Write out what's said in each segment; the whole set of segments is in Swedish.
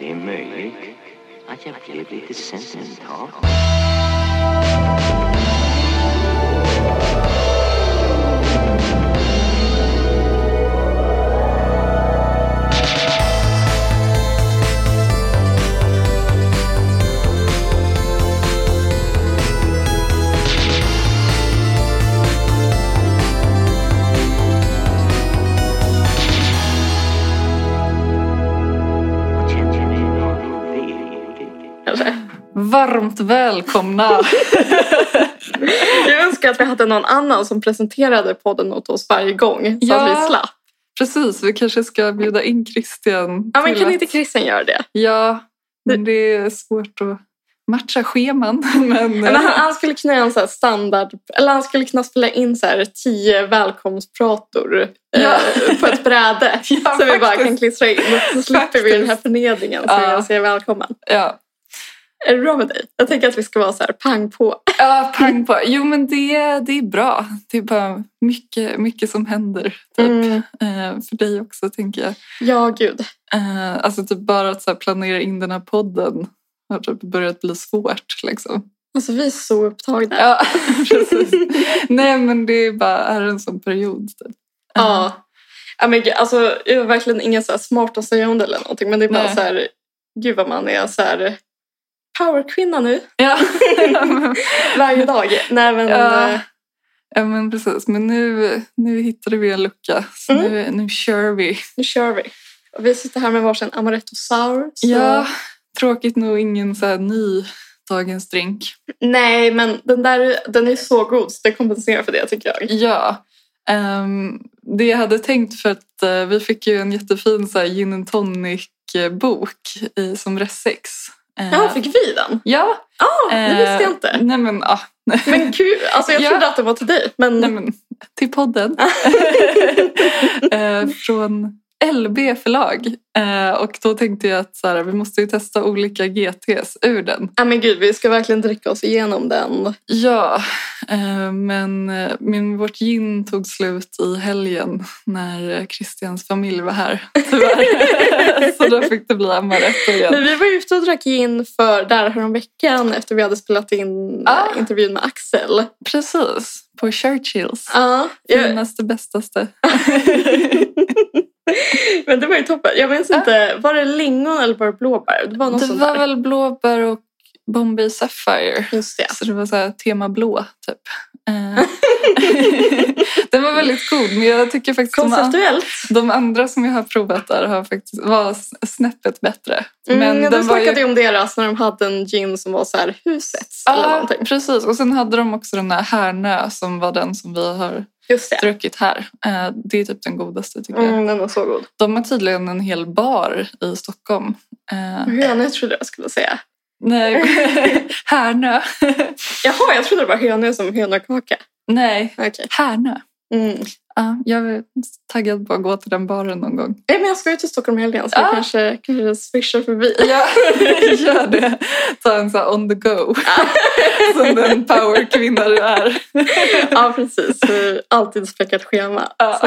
det är möjligt att jag blev lite sentimental. Varmt välkomna. Jag önskar att vi hade någon annan som presenterade podden åt oss varje gång. Så att vi slapp. Precis, vi kanske ska bjuda in Christian. Ja, men kan inte Christian göra det? Ja, men det är svårt att matcha scheman. Men han skulle kunna göra en så här standard, eller han skulle kunna spela in så här 10 välkomstprator på ett bräde. Ja, så vi bara kan klistra in. Så slipper vi den här förnedringen. Så jag säger välkommen. Ja. Är det bra med dig? Jag tänker att vi ska vara så här pang på. Ja, pang på. Jo, men det är bra. Det är bara mycket som händer. Typ. För dig också, tänker jag. Ja, gud. Alltså typ bara att så här planera in den här podden har typ börjat bli svårt. Liksom. Alltså vi är så upptagna. Ja, precis. Nej, men det är en sån period. Typ. Ja. Ja, men alltså jag är verkligen ingen så här smart att säga om det eller någonting. Men det är bara så här, gud vad man är så här powerkvinna nu. Ja. Varje dag. Nej, men, ja, men precis. Men nu hittade vi en lucka. Så nu kör vi. Nu kör vi. Och vi sitter här med varsin Amaretto Sour. Så... Ja, tråkigt nog ingen så här ny dagens drink. Nej, men den är så god så det kompenserar för det, tycker jag. Ja. Det jag hade tänkt, för att vi fick ju en jättefin så här gin and tonic bok som resex. Ja, fick vi den? Ja. Det visste jag inte. Nej, men Men kul, alltså jag trodde att det var till dig. Men... Nej, men till podden. Från LB förlag. Och då tänkte jag att så här, vi måste ju testa olika GTs ur den. Ja, men gud, vi ska verkligen dricka oss igenom den. Ja, men vårt gin tog slut i helgen när Christians familj var här, tyvärr. Så då fick det bli Amaretto igen. Men vi var ute och drack gin här veckan efter vi hade spelat in intervjun med Axel. Precis, på Churchills. Ja. Finaste, bästaste. Men det var ju toppen. Jag minns inte, var det lingon eller var det blåbär? Det var väl blåbär och Bombay Sapphire. Just det. Så det var så här tema blå, typ. Den var väldigt god, men jag tycker faktiskt konceptuellt. De andra som jag har provat där var snäppet bättre. Men de snackade ju om deras när de hade en gin som var så här husets. Ja, precis. Och sen hade de också den här Härnö som var den som vi har druckit här. Det är typ den godaste, tycker jag. Den var så god. De har tydligen en hel bar i Stockholm. Hönö trodde jag skulle säga. Nej, Härnö. Jaha, jag trodde det var hönö som hönökaka. Nej, okay. Härnö. Ja, jag är taggad på att gå till den baren någon gång. Nej, men jag ska ut till Stockholm helgen så jag kanske swishar förbi. Ja, gör det. Ta en så här on the go. Som den powerkvinna du är. Ja, precis. Alltid späckat schema. Ja.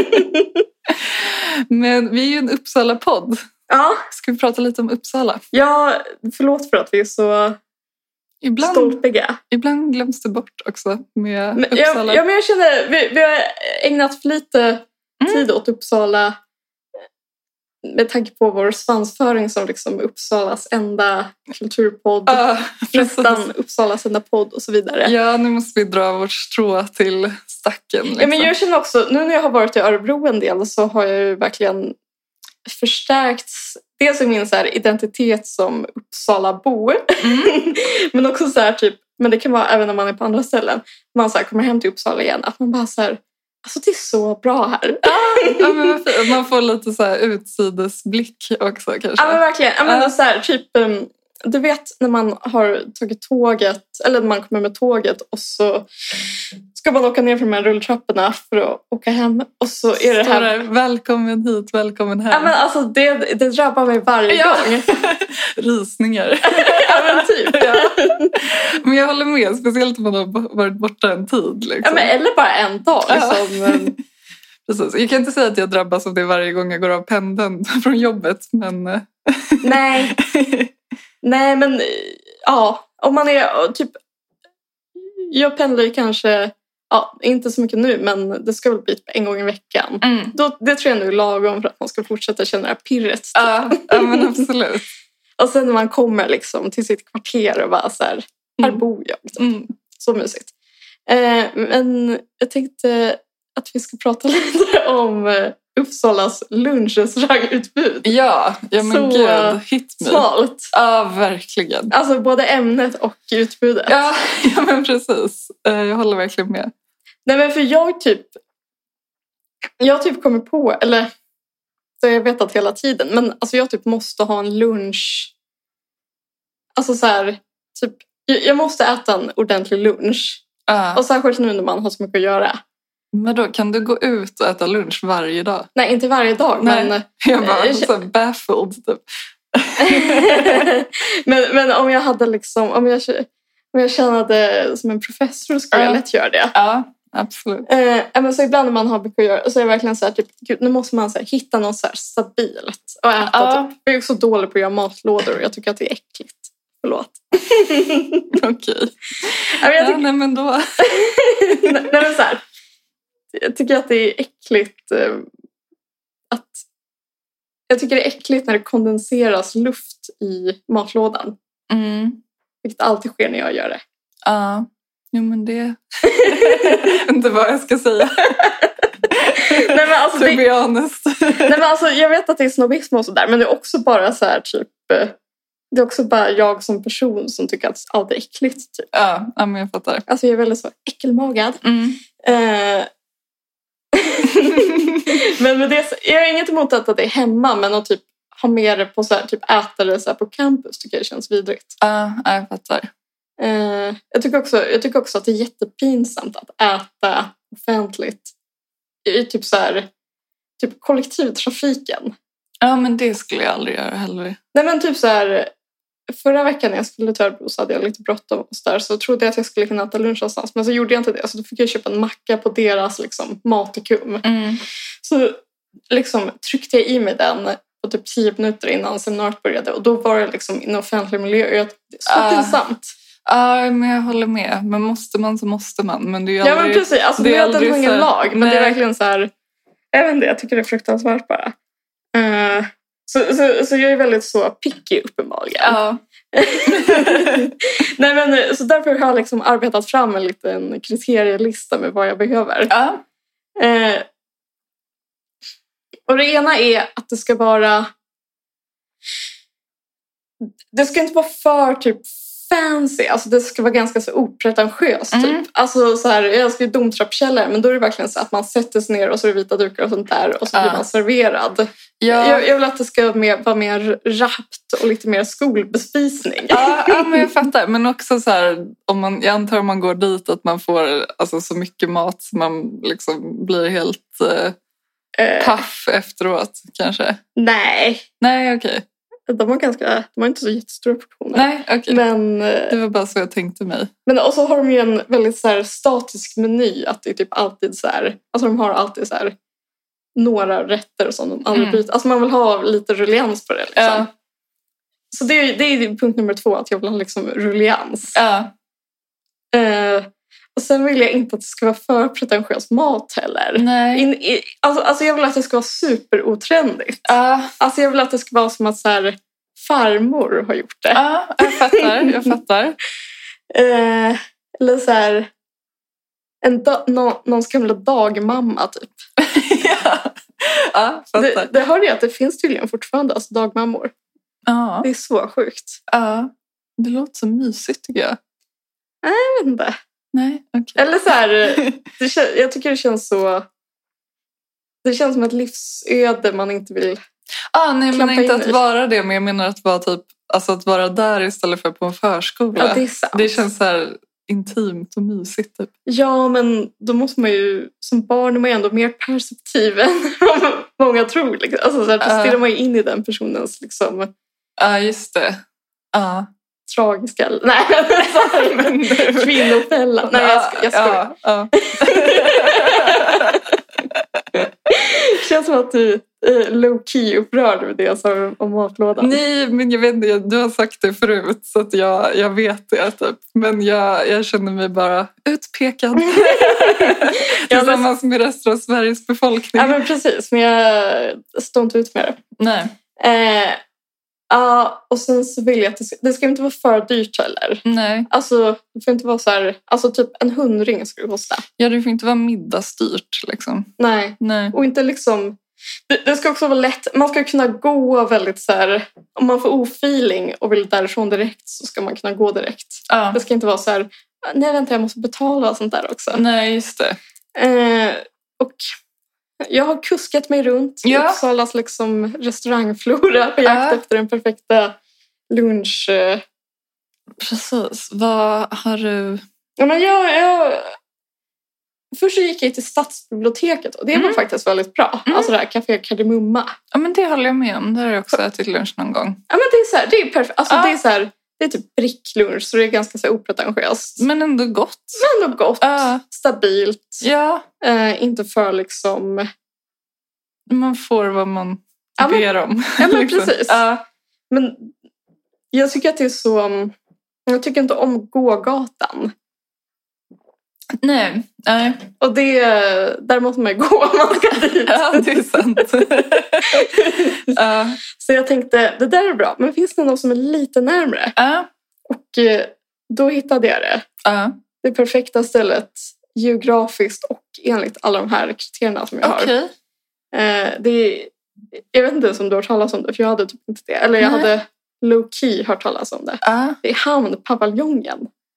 Men vi är ju en Uppsala-podd. Ja. Ska vi prata lite om Uppsala? Ja, förlåt för att vi är så stolpiga. Ibland glöms det bort också med Uppsala. Ja, men jag känner vi har ägnat för lite tid åt Uppsala med tanke på vår svansföring som liksom Uppsalas enda kulturpodd. Nästan Uppsalas enda podd och så vidare. Ja, nu måste vi dra vårt strå till stacken. Liksom. Ja, men jag känner också, nu när jag har varit i Örebro en del så har jag ju verkligen förstärkts dels i min så här identitet som Uppsalabo. Men också så här typ, men det kan vara även när man är på andra ställen, man så här kommer hem till Uppsala igen, att man bara så här, alltså det är så bra här. Ja, men man får lite så här utsidesblick också kanske. Ja, men verkligen. Ja, men så här typ, du vet när man har tagit tåget, eller när man kommer med tåget och så ska man åka ner för de här rulltrapporna för att åka hem. Och så är det här... Välkommen hit, välkommen hem. Ja, men alltså det drabbar mig varje gång. Rysningar. Ja, men typ. Ja. Men jag håller med, speciellt om man har varit borta en tid. Liksom. Ja, men eller bara en dag. Liksom. Precis. Jag kan inte säga att jag drabbas av det varje gång jag går av pendeln från jobbet, men... Nej. Nej, men ja, om man är typ... Jag pendlar ju kanske, inte så mycket nu, men det ska väl bli en gång i veckan. Det tror jag nu är lagom för att man ska fortsätta känna det här pirret. Typ. Ja, men absolut. Och sen när man kommer liksom till sitt kvarter och bara så här bor jag. Typ. Så mysigt. Men jag tänkte att vi ska prata lite om Uppsalas lunchrestaurangutbud. Ja men så gud, hit me. Smalt. Ja, verkligen. Alltså både ämnet och utbudet. Ja men precis. Jag håller verkligen med. Nej, men för jag typ kommer på, eller så jag vet att hela tiden, men alltså jag typ måste ha en lunch. Alltså så här, typ, jag måste äta en ordentlig lunch. Och särskilt nu när man har så mycket att göra. Men då kan du gå ut och äta lunch varje dag? Nej, inte varje dag. Nej. Men jag bara så baffled typ. men om jag hade liksom, om jag tjänade som en professor skulle jag lätt göra det. Ja, absolut. Men så ibland när man har mycket att göra så är det verkligen så här, typ, gud, nu måste man så här, hitta något så här stabilt och äta. Typ. Jag är så dålig på att göra matlådor och jag tycker att det är äckligt. Förlåt. Okej. Nej, men då. nej, men så här. Jag tycker att det är äckligt jag tycker det är äckligt när det kondenseras luft i matlådan. Vilket alltid sker när jag gör det. Ja, jo men det... inte vad jag ska säga. Nej, men alltså, to be honest. Nej, men alltså, jag vet att det är snobbism och sådär, men det är också bara så här typ... Det är också bara jag som person som tycker att allt är äckligt. Typ. Ja, men jag fattar. Alltså jag är väldigt så äckelmagad. Men med det, jag har inget emot att det är hemma, men att typ ha med det på så här, typ äta det så här på campus tycker jag känns vidrigt. Ja, jag fattar. Jag tycker också att det är jättepinsamt att äta offentligt i typ så här, typ kollektivtrafiken. Ja, men det skulle jag aldrig göra heller. Nej, men typ så här, förra veckan när jag skulle till Örebro så hade jag lite bråttom och så där, så trodde jag att jag skulle kunna äta lunch någonstans, men så gjorde jag inte det, så då fick jag köpa en macka på deras liksom matikum. Så liksom tryckte jag i mig den på typ 10 minuter innan seminariet började, och då var det liksom i en offentlig miljö och det är så pinsamt. Ja, men jag håller med. Men måste man så måste man. Men det är ju aldrig... Ja, men precis. Alltså, det är aldrig ingen lag, men det är verkligen så här... Jag vet inte, jag tycker det är fruktansvärt bara. Så jag är väldigt så picky uppenbarligen. Ja. Nej, men så därför har jag liksom arbetat fram en liten kriterielista med vad jag behöver. Ja. Och det ena är att det ska vara... Det ska inte vara för typ fancy. Alltså det ska vara ganska så opretentiöst typ. Alltså så här, jag ska ju domtrappkällare, men då är det verkligen så att man sätter sig ner och så är det vita dukar och sånt där och så blir man serverad. Ja. Jag vill att det ska vara mer rappt och lite mer skolbespisning. Ja, men jag fattar. Men också så här, jag antar om man går dit att man får alltså, så mycket mat som man liksom blir helt paff efteråt kanske. Nej, okej. De har inte så jättestora portioner. Nej, okej. Men det var bara så jag tänkte mig. Men och så har de ju en väldigt så här statisk meny, att det är typ alltid så här, alltså de har alltid så här några rätter och sånt de aldrig byter. Alltså man vill ha lite ruljans på det liksom. Ja. Så det är punkt nummer 2, att jag vill ha liksom ruljans. Ja. Och sen vill jag inte att det ska vara för pretentiös mat heller. Nej. Alltså jag vill att det ska vara superotrendigt. Alltså jag vill att det ska vara som att så här, farmor har gjort det. Ja, jag fattar. Eller så här, någons gamla dagmamma typ. Ja, fattar. Det hörde jag att det finns tydligen fortfarande, alltså dagmammor. Ja. Det är så sjukt. Ja, det låter så mysigt tycker jag. Nej, jag vet inte. Nej, okej. Eller så här, jag tycker det känns så... Det känns som ett livsöde man inte vill nej, men inte att vara det, men jag menar att vara typ, alltså att vara där istället för på en förskola. Ja, det är sant. Det känns så här intimt och mysigt typ. Ja, men då måste man ju, som barn är man ju ändå mer perceptiv än många tror. Liksom. Alltså så här, då stirrar man ju in i den personens liksom... Ja, just det. Ja. Tragiska... Nej, men kvinnofällan. Nej, jag skojar. känns som att du low-key upprörd med det jag sa om matlådan. Nej, men jag vet inte, du har sagt det förut så att jag vet det typ. Men jag känner mig bara utpekad. Tillsammans med resten av Sveriges befolkning. Ja, men precis. Men jag står inte ut med det. Nej. Ja, och sen så vill jag att det ska inte vara för dyrt heller. Nej. Alltså, det får inte vara så här... Alltså, typ en 100 ska det kosta. Ja, det får inte vara middagsstyrt liksom. Nej. Nej. Och inte liksom... Det ska också vara lätt. Man ska kunna gå väldigt så här... Om man får ofeeling och vill därifrån direkt så ska man kunna gå direkt. Ja. Det ska inte vara så här... Nej, vänta, jag måste betala och sånt där också. Nej, just det. Och jag har kuskat mig runt i Uppsalas liksom restaurangflora på jakt efter den perfekta lunch. Precis. Vad har du... Ja, men först så gick jag till stadsbiblioteket och det var faktiskt väldigt bra. Alltså det här Café Kardemumma. Ja, men det håller jag med om. Det har jag också ätit lunch någon gång. Ja, men det är så här, det är perfekt. Alltså det är så här, det är typ bricklunch så det är ganska så opretentiöst. Men ändå gott. Stabilt. Ja. Inte för liksom... Man får vad man ber om. Ja, men liksom. precis. Men jag tycker att det är så... Jag tycker inte om gågatan. Nej. Och där måste man gå om man ska dit. Ja, det är sant. Så jag tänkte, det där är bra. Men finns det något som är lite närmare? Och då hittade jag det. Det perfekta stället geografiskt och enligt alla de här kriterierna som jag har. Jag vet inte ens om du har hört talas om det, för jag hade typ inte det. Eller jag hade low-key hört talas om det. Det är Hamnpaviljongen.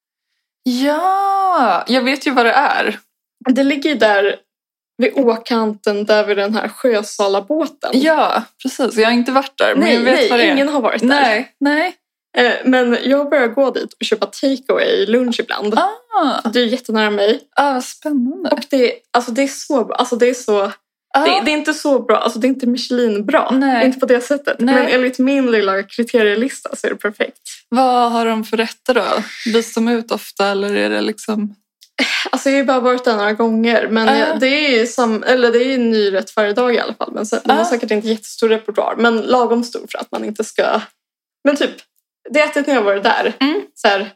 Ja, jag vet ju vad det är. Det ligger där vid åkanten där vid den här Sjösalabåten. Ja, precis. Jag har inte varit där, men jag vet vad det är. Ingen har varit där. Nej. Men jag börjar gå dit och köpa takeaway lunch ibland. Det är jättenära mig. Vad spännande. Och det är så bra. Alltså det är så... Det är inte så bra, alltså det är inte Michelin-bra. Nej. Inte på det sättet. Nej. Men enligt min lilla kriterielista så är det perfekt. Vad har de för rätter då? Byts de ut ofta eller är det liksom... Alltså jag har ju bara varit där några gånger. Men det är ju en ny rätt varje dag i alla fall. Men de har säkert inte jättestor repertoar. Men lagom stor för att man inte ska... Men typ, det är ätit när jag varit där. Så här...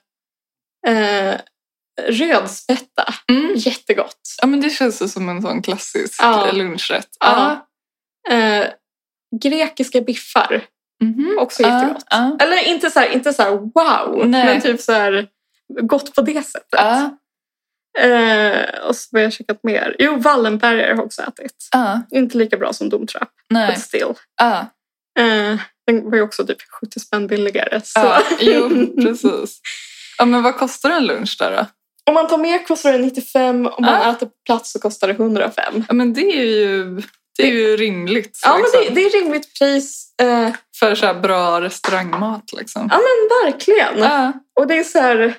rödspätta. Jättegott. Ja, men det känns ju som en sån klassisk lunchrätt. Grekiska biffar. Också jättegott. Eller inte så här wow. Nej. Men typ så här gott på det sättet. Och så har jag käkat mer. Jo, Wallenbergare har också ätit. Inte lika bra som Domtrapp. Nej. But still. Den var ju också typ 70 spänn billigare. Så. Jo, precis. Ja, men vad kostar en lunch där då? Om man tar med kostar det 95. Om man äter på plats så kostar det 105. Ja, men det är ju rimligt. Ja, liksom. Men det är rimligt pris. För så här bra restaurangmat liksom. Ja, men verkligen. Och det är så här...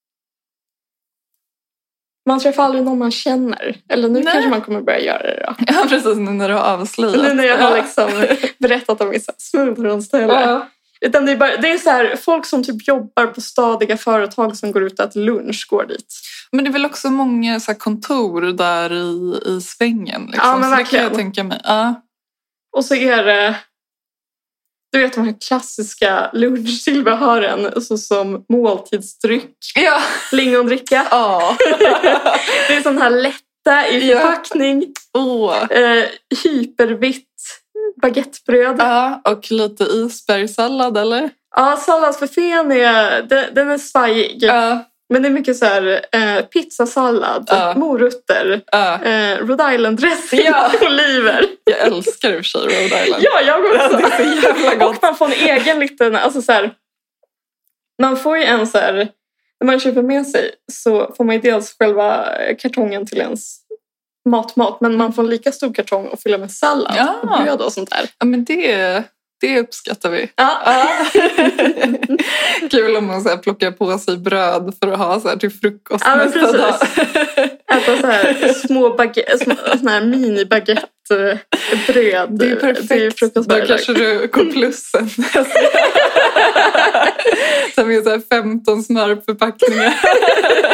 Man träffar aldrig någon man känner. Eller nu kanske man kommer börja göra det då. Ja, precis. Nu när du har avslöjat. Nu när jag har liksom berättat om vissa smultronställen. Utan det är så här, folk som typ jobbar på stadiga företag som går ut att lunch går dit. Men det är väl också många så här kontor där i svängen. Liksom. Ja, men verkligen. Det kan jag tänka mig. Och så är det, du vet de här klassiska lunchtillbehören så som måltidsdryck, lingondricka. Det är sån här lätta i förpackning. Hypervitt baguettebröd. Och lite isbergssallad, eller? Ja, salladsbuffén den är svajig. Men det är mycket så här pizzasallad, morötter, Rhode Island-dressing, oliver. Jag älskar i och för sig Rhode Island. Ja, jag också. Det är så jävla gott. Och man får en egen liten, alltså så här, man får ju en så här, när man köper med sig så får man ju dels själva kartongen till ens mat, men man får en lika stor kartong och fylla med sallad och bröd och sånt där. Ja, men det uppskattar vi. Kul om man så här plockar på sig bröd för att ha så här till frukost nästa dag. Äta så här små såna här mini-baguettebröd. Det är perfekt. Då kanske du går plussen. Sen är så här 15 smörförpackningar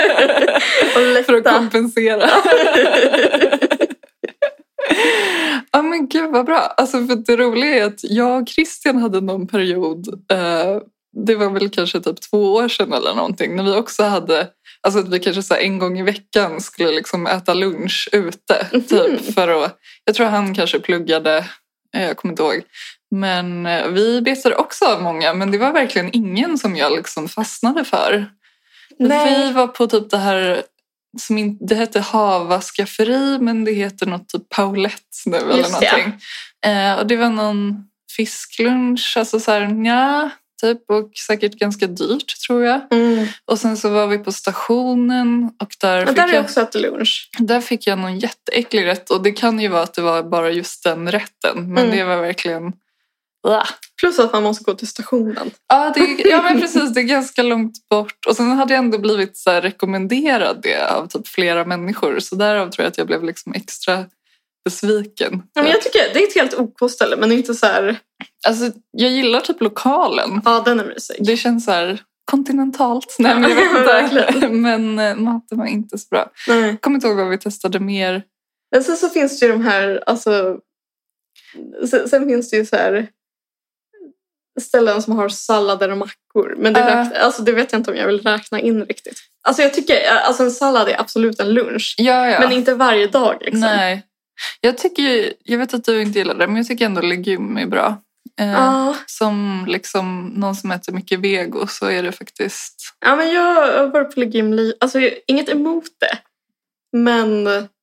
för att kompensera. Ja, men gud vad bra. Alltså för det roliga är att jag och Christian hade någon period, det var väl kanske typ 2 år sedan eller någonting, när vi också hade, alltså att vi kanske så här en gång i veckan skulle liksom äta lunch ute. Typ, för att, jag tror han kanske pluggade, jag kommer inte ihåg. Men vi betade också av många, men det var verkligen ingen som jag liksom fastnade för. Nej. Vi var på typ det här, det hette Havas skafferi, men det heter något typ Paulette nu eller någonting. Och det var någon fisklunch, alltså så här, typ, och säkert ganska dyrt tror jag. Och sen så var vi på stationen och där är också ätit lunch. Där fick jag någon jätteäcklig rätt, och det kan ju vara att det var bara just den rätten, men det var verkligen... Plus att man måste gå till stationen. Ja, men precis, det är ganska långt bort. Och sen hade jag ändå blivit så här rekommenderad det av typ flera människor. Så därav tror jag att jag blev liksom extra besviken. Ja, men jag tycker det är ett helt OK ställe, men inte så här... Alltså, jag gillar typ lokalen. Ja, den är mysig. Det känns så här kontinentalt. Nej, men jag vet inte. Men maten var inte så bra. Nej. Jag kommer inte ihåg vad vi testade mer. Men sen så finns det ju de här, alltså... Sen finns det ju så här... ställen som har sallader och mackor. Men det vet jag inte om jag vill räkna in riktigt. Alltså jag tycker, alltså en sallad är absolut en lunch. Ja. Men inte varje dag liksom. Nej. Jag vet att du inte gillar det, men jag tycker ändå legum är bra. Som liksom någon som äter mycket vego, så är det faktiskt... Ja, men jag har varit på legum, alltså inget emot det. Men...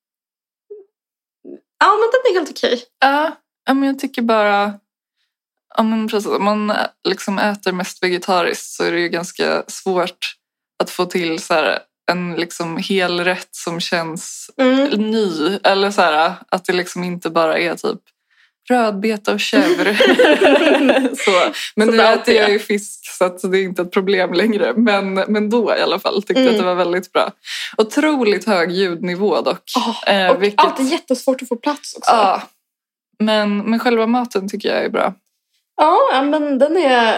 Ja, men den är helt okej. Ja, men jag tycker bara... Om man liksom äter mest vegetariskt så är det ju ganska svårt att få till så här en liksom helrätt som känns ny. Eller så här, att det liksom inte bara är typ rödbeta och chèvre. Men nu äter jag ju fisk, så att det är inte ett problem längre. Men då i alla fall tyckte jag att det var väldigt bra. Otroligt hög ljudnivå dock. Och det är jättesvårt att få plats också. Men själva maten tycker jag är bra. Ja, men den är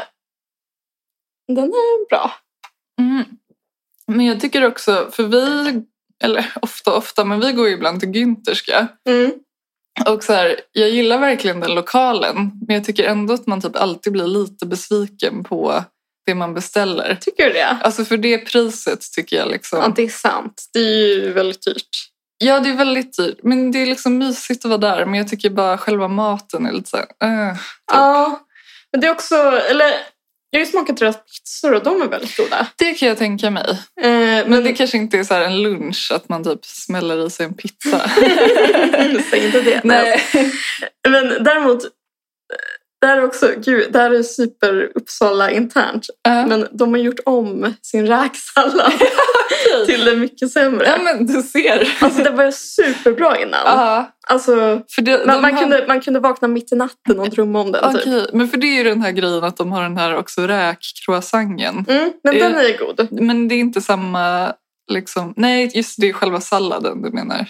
bra. Men jag tycker också, för eller ofta, men vi går ju ibland till Günterska. Och så här, jag gillar verkligen den lokalen, men jag tycker ändå att man typ alltid blir lite besviken på det man beställer. Tycker du det? Alltså för det priset tycker jag liksom... Ja, det är sant. Det är ju väldigt dyrt. Ja, det är väldigt dyrt. Men det är liksom mysigt att vara där. Men jag tycker bara själva maten är lite så här... typ. Ja, men det är också... Eller, jag har ju smakat deras pizzor och de är väldigt goda. Det kan jag tänka mig. Men det kanske inte är så här en lunch att man typ smäller i sig en pizza. Säg inte det. Nej. Men däremot... Där också, gud, där är super Uppsala internt. Men de har gjort om sin räksallad till det mycket sämre. Ja, men du ser. Alltså det var superbra innan. Alltså, för man kunde vakna mitt i natten och drömma om den. Typ. Men för det är ju den här grejen att de har den här också räkcroissanten. Men den är god. Men det är inte samma liksom... Nej, just det är själva salladen du menar.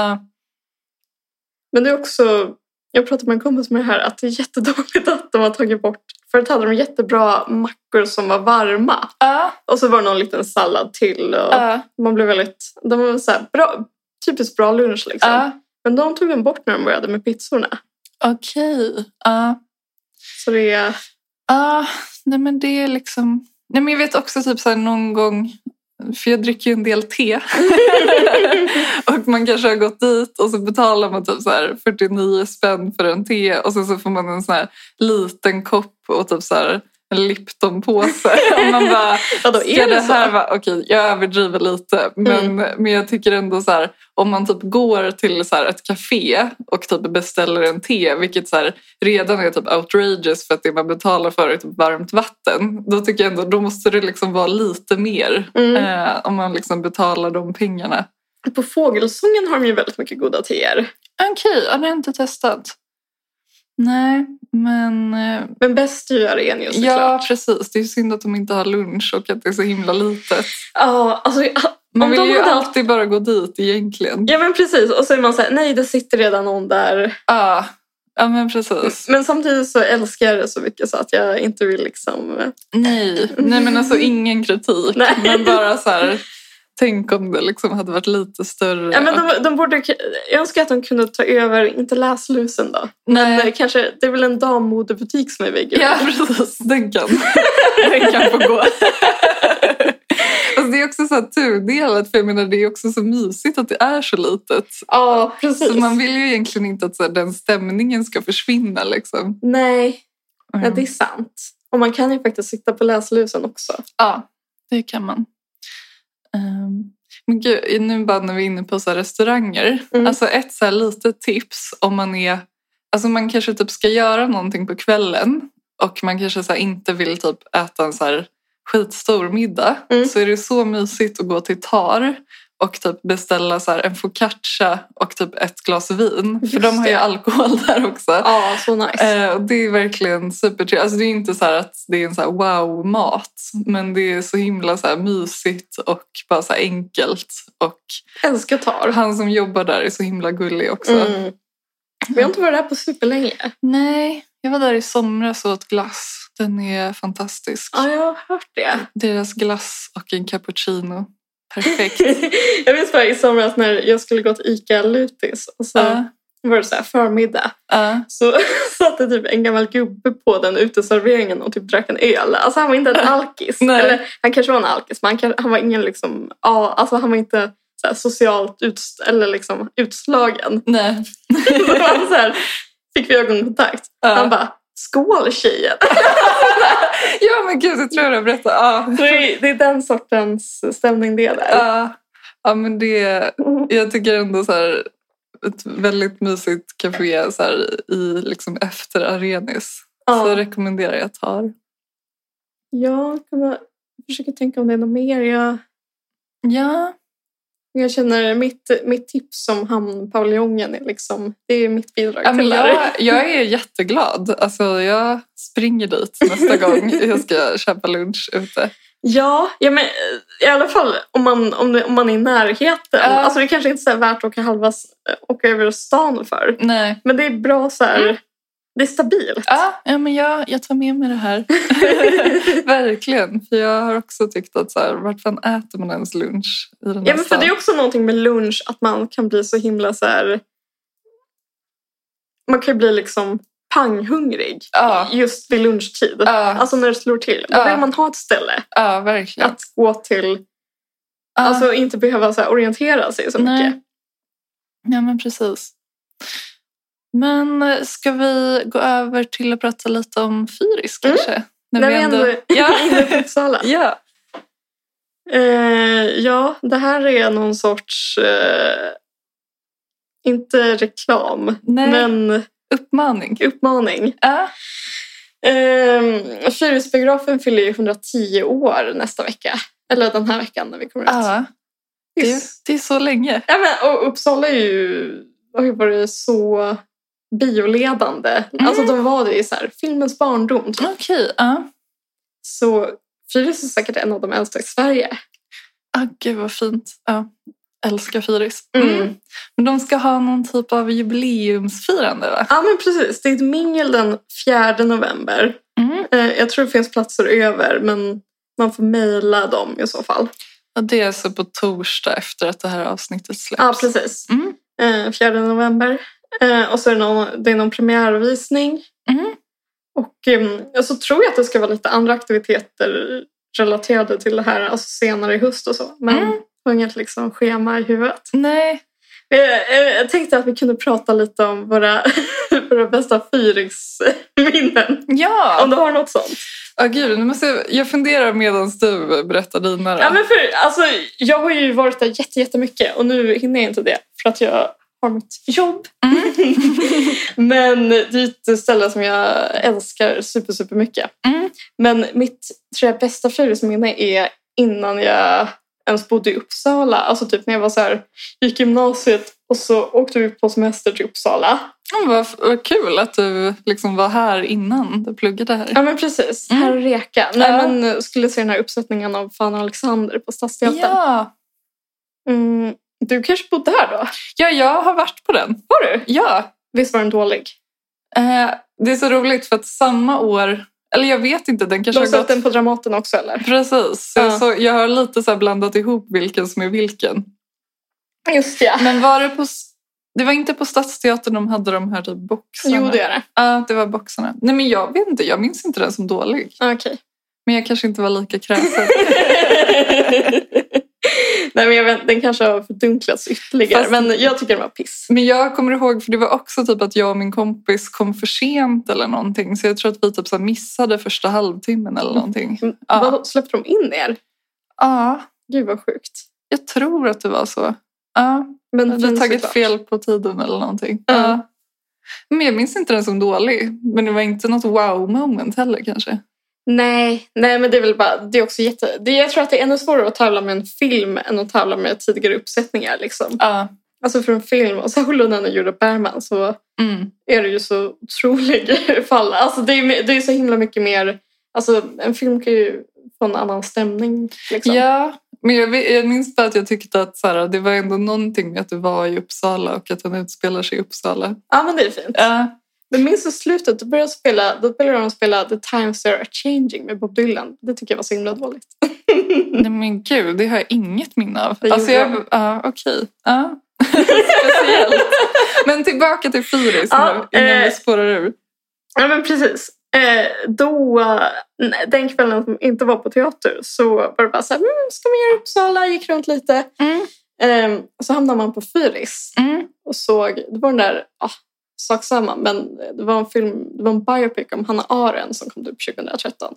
Men det är också... Jag pratade med en kompis med det här att det är jättedåligt att de har tagit bort. Förut hade de jättebra mackor som var varma. Och så var det någon liten sallad till. Och man blev väldigt... De var så här bra, typiskt bra lunch liksom. Men de tog den bort när de började med pizzorna. Okej. Så det är... Nej men det är liksom... Nej men jag vet också typ så här någon gång... För jag dricker ju en del te. Och man kanske har gått dit och så betalar man typ så här 49 spänn för en te. Och så får man en sån här liten kopp och typ så här en Lipton-påse. Och man bara, då är det så? Okej, jag överdriver lite. Men jag tycker ändå så här, om man typ går till så här ett café och typ beställer en te, vilket så här redan är typ outrageous för att det man betalar för är typ varmt vatten. Då tycker jag ändå, då måste det liksom vara lite mer om man liksom betalar de pengarna. På Fågelsången har de ju väldigt mycket goda teer. Okej, det har jag inte testat. Nej, men... Men bäst ju är en ju såklart. Ja, precis. Det är ju synd att de inte har lunch och att det är så himla litet. Ja, alltså... Man vill ju alltid bara gå dit egentligen. Ja, men precis. Och så är man så här, nej, det sitter redan någon där. Ja, men precis. Men samtidigt så älskar jag det så mycket så att jag inte vill liksom... Nej men alltså ingen kritik. Men bara så här... Tänk om det liksom hade varit lite större. Ja, men de borde, jag önskar att de kunde ta över, inte Läslusen då. Nej. Men kanske, det är väl en dammodebutik som är väggen. Ja, precis. Den kan få gå. Alltså det är också så här tudelat, för jag menar det är också så mysigt att det är så litet. Ja, precis. Så man vill ju egentligen inte att så här, den stämningen ska försvinna liksom. Nej, ja, det är sant. Och man kan ju faktiskt sitta på Läslusen också. Ja, det kan man. Men gud, nu bara när vi är inne på så här restauranger. Alltså ett så här litet tips om man är... Alltså man kanske typ ska göra någonting på kvällen. Och man kanske så här inte vill typ äta en så här skitstor middag. Så är det så mysigt att gå till Tar. Och typ beställa så här en focaccia och typ ett glas vin. Just för de har ju alkohol där också. Ja, så nice. Och det är verkligen supertrevligt. Alltså det är inte så här att det är en så här wow-mat. Men det är så himla så här mysigt och bara så här enkelt. Och älskar Tar. Han som jobbar där är så himla gullig också. Vi har inte varit där på superlänge. Nej, jag var där i somras och åt glass. Den är fantastisk. Ja, jag har hört det. Deras glass och en cappuccino. Perfekt. Jag minns bara i somras när jag skulle gå till Ica Lutis. Och så var det så här förmiddag. Så satt det typ en gammal gubbe på den uteserveringen och typ drack en öl. Alltså han var inte en alkis. Eller han kanske var en alkis, men han var ingen liksom... Ja, alltså han var inte så här socialt eller liksom utslagen. Nej. Så han så här, fick vi ögonkontakt. Han bara, skål tjejen. Ja men gud, jag tror jag berättade. Det är den sortens stämning det där. Ja men det, jag tycker ändå så här, ett väldigt mysigt café så här, i liksom efter Arenis. Så rekommenderar jag Tar. Ja, jag försöker tänka om det är något mer. Jag känner mitt tips om hamnpaviljongen är liksom, det är mitt bidrag till det. Jag är jätteglad. Alltså jag springer dit nästa gång jag ska köpa lunch ute. Ja, men i alla fall om man är i närheten. Alltså det kanske inte är så värt att åka över stan för. Nej. Men det är bra så här. Det är stabilt. Ja men jag tar med mig det här. Verkligen. För jag har också tyckt att så här, vart fan äter man ens lunch i den här men för det är också någonting med lunch att man kan bli så himla så här. Man kan bli liksom panghungrig just vid lunchtid. Alltså när det slår till. Då vill man ha ett ställe. Ja, verkligen. Att gå till. Alltså inte behöva så här, orientera sig så mycket. Ja men precis. Men ska vi gå över till att prata lite om Fyris kanske? När vi ändå inne på Uppsala. Det här är någon sorts... inte reklam, men... Uppmaning. Fyrisbiografen fyller ju 110 år nästa vecka. Eller den här veckan när vi kommer ut. Det är så länge. Ja, men, och Uppsala har ju varit så... bioledande. Alltså de var det i så här, filmens barndom. Okej. Så Fyris är säkert en av de äldsta i Sverige. Gud vad fint. Älskar Fyris. Men de ska ha någon typ av jubileumsfirande va? Ja men precis. Det är ett mingel den 4 november. Jag tror det finns platser över, men man får mejla dem i så fall. Ja, det är alltså på torsdag efter att det här avsnittet släpps. Ja precis. 4 november. Och så är det någon premiärvisning. Och så tror jag att det ska vara lite andra aktiviteter relaterade till det här, alltså senare i höst och så. Men har inget liksom schema i huvudet. Nej. Jag tänkte att vi kunde prata lite om våra bästa Fyriksminnen. Ja. Om du har något sånt. Gud, jag funderar medan du berättar dina då. Ja, men jag har ju varit där jättemycket och nu hinner jag inte det för att jag har mitt jobb. Men det är ett ställe som jag älskar super mycket. Men mitt tror jag, bästa Fyrisminne är innan jag ens bodde i Uppsala. Alltså typ när jag var så här, gick gymnasiet och så åkte vi på semester till Uppsala. Vad kul att du liksom var här innan du pluggade här. Ja men precis, här i Reka. När man skulle se den här uppsättningen av Fan Alexander på Stadsteatern. Ja. Du kanske bodde här då? Ja, jag har varit på den. Har du? Ja. Visst var den dålig? Det är så roligt för att samma år Eller jag vet inte, den kanske Du har har sett gått... den på Dramaten också eller? Precis, Ja. så jag har lite så här blandat ihop vilken som är vilken. Just ja. Men var det på... Det var inte på Stadsteatern de hade de här typ boxarna? Jo, det är det. Ja, det var boxarna. Nej, men jag vet inte, jag minns inte den som dålig. Okej. Men jag kanske inte var lika kräsen. Nej, men jag vet, den kanske har fördunklats ytterligare. Fast- Men jag tycker den var piss. Men jag kommer ihåg, för det var också typ att jag och min kompis kom för sent eller någonting. Så jag tror att vi typ så här missade första halvtimmen eller någonting. Ja. Vad släppte de in er? Ja, Gud vad sjukt. jag tror att det var så. Ja, Men jag hade fin tagit såklart. fel på tiden eller någonting. Ja. Ja. Men jag minns inte den som dålig. Men det var inte något wow-moment heller kanske. Nej, men det är väl bara, det är också jag tror att det är ännu svårare att tävla med en film än att tävla med tidigare uppsättningar liksom. Ja. Alltså för en film, och särskilt när den gjorde Bergman så är det ju så otrolig fall. Alltså det är så himla mycket mer, alltså en film kan ju få en annan stämning liksom. Ja, men jag minns bara att jag tyckte att så här, det var ändå någonting med att det var i Uppsala och att den utspelar sig i Uppsala. Ja, men det är fint. Ja. Men minns du slutet, då började de spela The Times Are Changing med Bob Dylan. Det tycker jag var så himla dåligt. Nej men gud, det har jag inget minne av. Det Alltså gjorde ja, okej. Ja. Speciellt. Men tillbaka till Fyris Ja, nu, innan vi spårar ur. Ja, men precis. Då, den kvällen som inte var på teater så var det bara så här, ska vi göra Uppsala? Gick runt lite. Så hamnade man på Fyris och såg, det var den där, sak samma, men det var en film, det var en biopic om Hanna Arendt som kom upp 2013.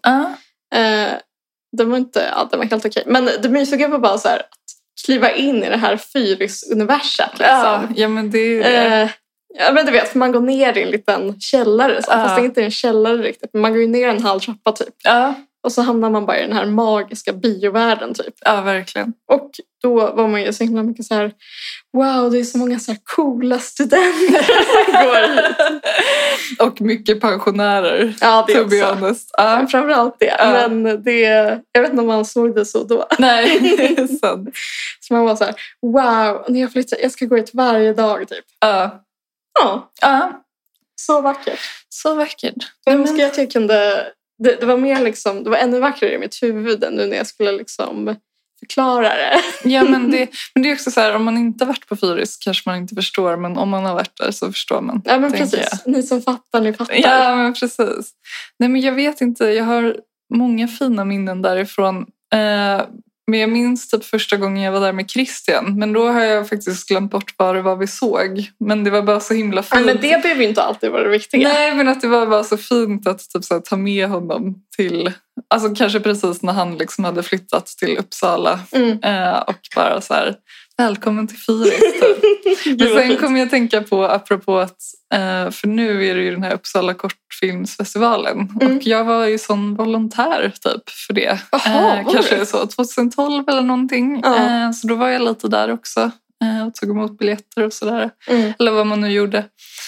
Den var helt okej. Men det mysiga var bara så här, att kliva in i det här Fyris-universat. Liksom. Ja, men det är det. Ja, men du vet, för man går ner i en liten källare. Så, fast det är inte en källare riktigt. Men man går ju ner en halv trappa typ. Och så hamnar man bara i den här magiska biovärlden typ. Ja, verkligen. Och då var man ju så himla mycket så här, wow, det är så många så här coola studenter som går hit. Och mycket pensionärer. Ja, det to be också. honest. Ja, framförallt det. Ja. Men det, jag vet inte om man såg det så då. Nej, det är sant. Så man var så här, wow, när jag flyttar, jag ska gå hit varje dag typ. Ja. Ja, så vackert. Så vackert. Jag önskar att jag kunde, det var mer liksom, det var ännu vackrare i mitt huvud än nu när jag skulle liksom förklara det. Ja, men det är också så här, om man inte varit på Fyris kanske man inte förstår, men om man har varit där så förstår man. Ja, men tänker precis. jag. Ni som fattar, ni fattar. Ja, men precis. Nej, men jag vet inte, jag har många fina minnen därifrån. Men jag minns typ första gången jag var där med Christian. Men då har jag faktiskt glömt bort vad det var vi såg. Men det var bara så himla fint. Ja, men det behöver ju inte alltid vara det viktiga. Nej, men att det var bara så fint att typ, så här, ta med honom till... Alltså kanske precis när han liksom hade flyttat till Uppsala. Och bara så här, välkommen till Fyris typ. Men sen kom jag att tänka på, apropå att... För nu är det ju den här Uppsala kortfilmsfestivalen. Och jag var ju sån volontär typ för det. Kanske så 2012 eller någonting. Så då var jag lite där också. Och tog emot biljetter och sådär. Eller vad man nu gjorde.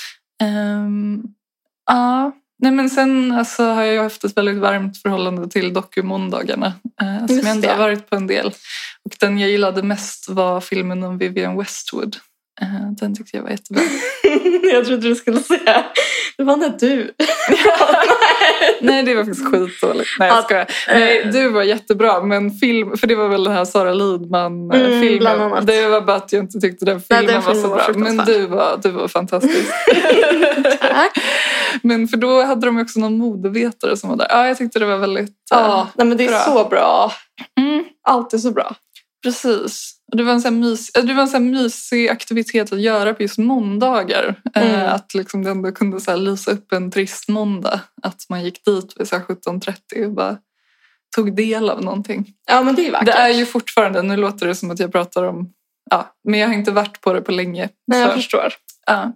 Nej, men sen alltså, har jag haft ett väldigt varmt förhållande till dokumåndagarna. Som jag ändå har varit på en del. Och den jag gillade mest var filmen om Vivienne Westwood. Den tyckte jag var jättebra. Jag trodde du skulle säga, det var när du... Nej, det var faktiskt skitdåligt. Nej, jag skojar. Nej, du var jättebra, men film, för det var väl den här Sara Lidman-filmen. Det var bara att jag inte tyckte den filmen var så bra. Men du var fantastisk. Tack. Men för då hade de också någon modevetare som var där. Ja, jag tyckte det var väldigt nej, men det är bra. så bra. Alltid så bra. Precis. Det var en sån här mysig aktivitet att göra på just måndagar. Att liksom det ändå kunde så här lysa upp en trist måndag. Att man gick dit vid 17:30 och bara tog del av någonting. Ja, men det är vackert. Det är ju fortfarande, nu låter det som att jag pratar om... Ja, men jag har inte varit på det på länge. Nej, jag förstår. Ja.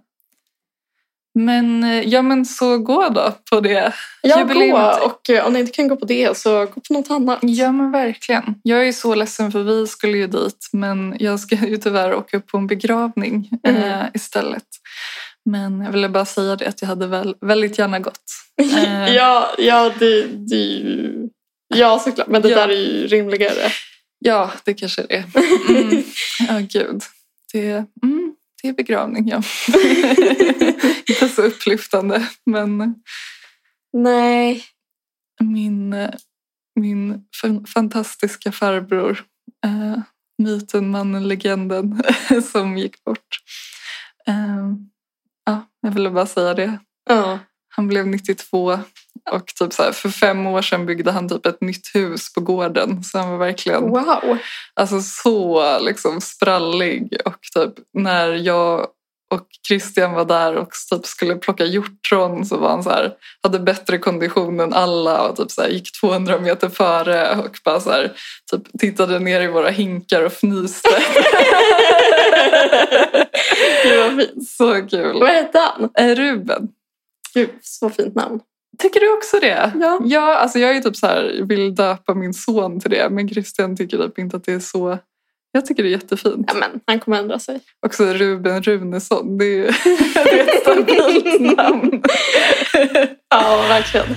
Men så gå då på det. Ja, gå. Och om ni inte kan gå på det så gå på något annat. Ja, men verkligen. Jag är så ledsen för vi skulle ju dit. Men jag ska ju tyvärr åka upp på en begravning istället. Men jag ville bara säga det att jag hade väldigt gärna gått. Ja, såklart. Men det där är ju rimligare. Ja, det kanske är det. Ja, gud. Det är begravning, ja. Inte så upplyftande, men... Nej. min fantastiska farbror. Myten, mannen, legenden som gick bort. Jag ville bara säga det. Ja. Han blev 92 och typ så här, för 5 år sedan byggde han typ ett nytt hus på gården. Så han var verkligen alltså så liksom sprallig. Och typ när jag och Christian var där och typ skulle plocka hjortron så var han så här, hade bättre kondition än alla och typ så här, gick 200 meter före och bara så här, typ tittade ner i våra hinkar och fnyste. Det var fint. Så kul. Vad heter han? Ruben. Gud, så fint namn. Tycker du också det? Ja, alltså jag är typ så här, vill döpa min son till det, men Christian tycker typ inte att det är så. Jag tycker det är jättefint. Ja, men han kommer ändra sig. Också Ruben Runesson, det är ju ett stabilt namn. Ja, verkligen.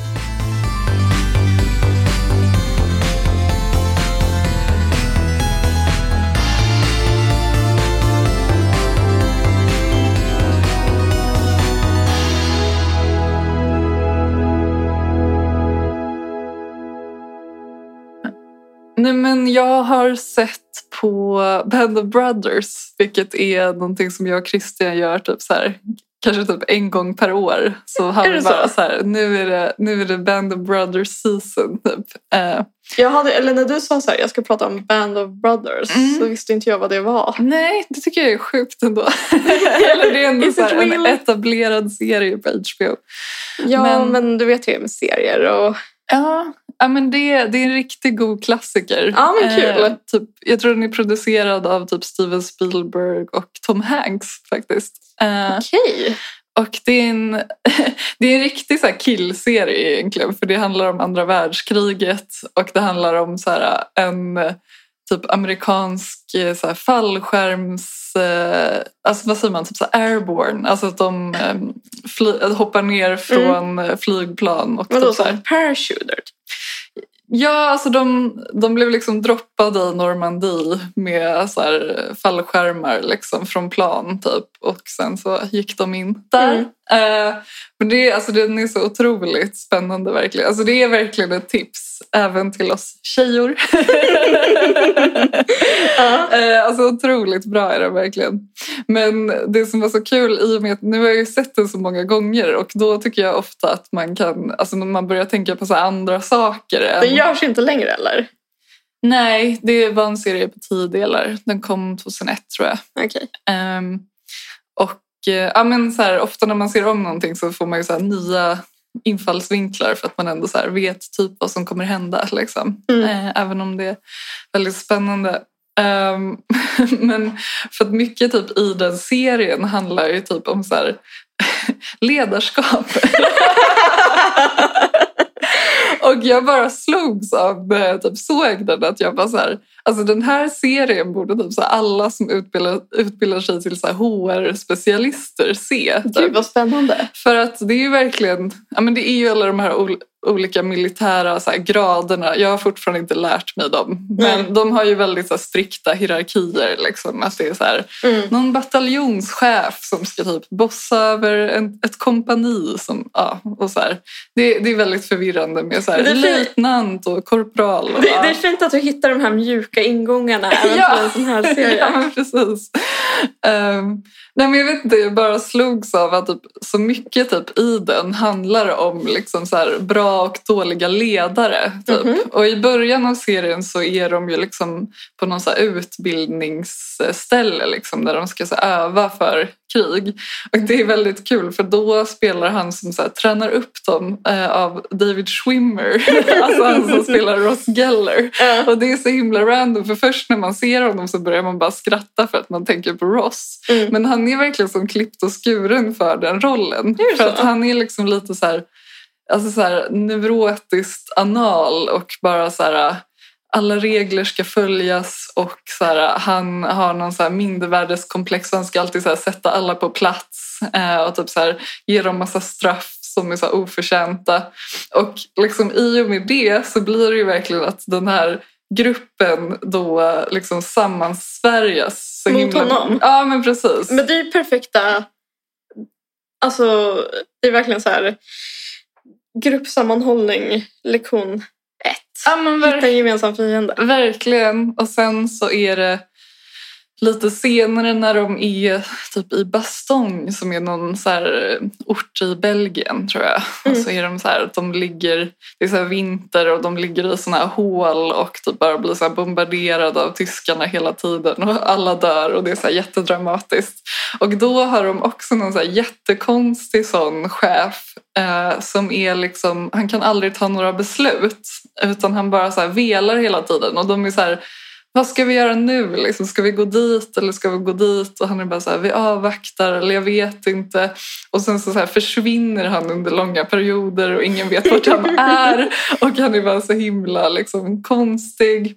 Nej, men jag har sett på Band of Brothers, vilket är någonting som jag och Christian gör typ så här, kanske typ en gång per år. Så har vi bara så här, nu är det Band of Brothers season typ. Eller när du sa så här, jag ska prata om Band of Brothers, så visste inte jag vad det var. Nej, det tycker jag är sjukt ändå. Eller det är ändå så här, en etablerad serie på HBO. Ja, men du vet ju med serier och... Ja, men det är en riktigt god klassiker. Ja, men kul. Typ, jag tror den är producerad av typ Steven Spielberg och Tom Hanks faktiskt. Okej. Och det är en riktig så här killserie egentligen. För det handlar om andra världskriget. Och det handlar om så här, en typ amerikansk så här, fallskärms... alltså vad säger man? Typ så här airborne. Alltså att de hoppar ner från flygplan. Och men då typ så här parachuter? Ja, alltså de blev liksom droppade i Normandie med så här fallskärmar liksom från plan typ. Och sen så gick de in där. Men den är så otroligt spännande verkligen. Alltså det är verkligen ett tips även till oss tjejor. Alltså otroligt bra är det verkligen. Men det som var så kul i och med att nu har jag ju sett den så många gånger och då tycker jag ofta att man kan, alltså man börjar tänka på så här andra saker. Den görs inte längre eller? Nej, det var en serie på 10 delar. Den kom 2001 tror jag. Okej. Men så här, ofta när man ser om någonting så får man ju så här nya infallsvinklar för att man ändå så här vet typ vad som kommer hända liksom. Även om det är väldigt spännande. Men för att mycket typ i den serien handlar ju typ om så här ledarskap. Och jag bara slogs av typ såg den att jag bara så här, alltså den här serien borde typ så här, alla som utbildar sig till så här HR-specialister se. Typ. Gud vad spännande. För att det är ju verkligen, ja men det är ju alla de här olika militära så här, graderna. Jag har fortfarande inte lärt mig dem. Men de har ju väldigt så här, strikta hierarkier. Liksom. Att det är så här, någon bataljonschef som ska typ bossa över ett kompani. Som, ja, och så här. Det är väldigt förvirrande med så här, löjtnant och korpral. Och, det är fint att du hittar de här mjuka ingångarna även till en sån här serie. Ja, men precis. Nej, men jag vet inte, jag bara slogs av att typ, så mycket typ, i den handlar om liksom, så här, bra och dåliga ledare. Typ. Och i början av serien så är de ju liksom på någon så här utbildningsställe liksom, där de ska så här, öva för krig. Och det är väldigt kul för då spelar han som så här, tränar upp dem av David Schwimmer. Alltså han som spelar Ross Geller. Och det är så himla random för först när man ser honom så börjar man bara skratta för att man tänker på Ross. Men han är verkligen som klippt och skuren för den rollen. För att han är liksom lite så här, alltså så här neurotiskt anal och bara så här alla regler ska följas och så här, han har någon så här mindervärdeskomplex. Han ska alltid så här, sätta alla på plats och typ så här, ge dem massa straff som är så här, oförtjänta. Och liksom, i och med det så blir det ju verkligen att den här gruppen då liksom sammansvärjas. Mot honom? Ja, men precis. Men det är ju perfekta... Alltså, det är verkligen så här... gruppsammanhållning, lektion 1. Ja, men Hitta en gemensam fiende. Verkligen. Och sen så är det lite senare när de är typ i Bastogne, som är någon så här ort i Belgien tror jag. Och så är de så här att de ligger, det är så här vinter och de ligger i såna här hål och typ bara blir så här bombarderade av tyskarna hela tiden och alla dör och det är så här jättedramatiskt. Och då har de också någon så här jättekonstig sån chef som är liksom, han kan aldrig ta några beslut utan han bara så här velar hela tiden och de är så här, vad ska vi göra nu? Liksom, ska vi gå dit eller ska vi gå dit? Och han är bara så här, vi avvaktar eller jag vet inte. Och sen så här försvinner han under långa perioder och ingen vet vart han är. Och han är bara så himla liksom, konstig.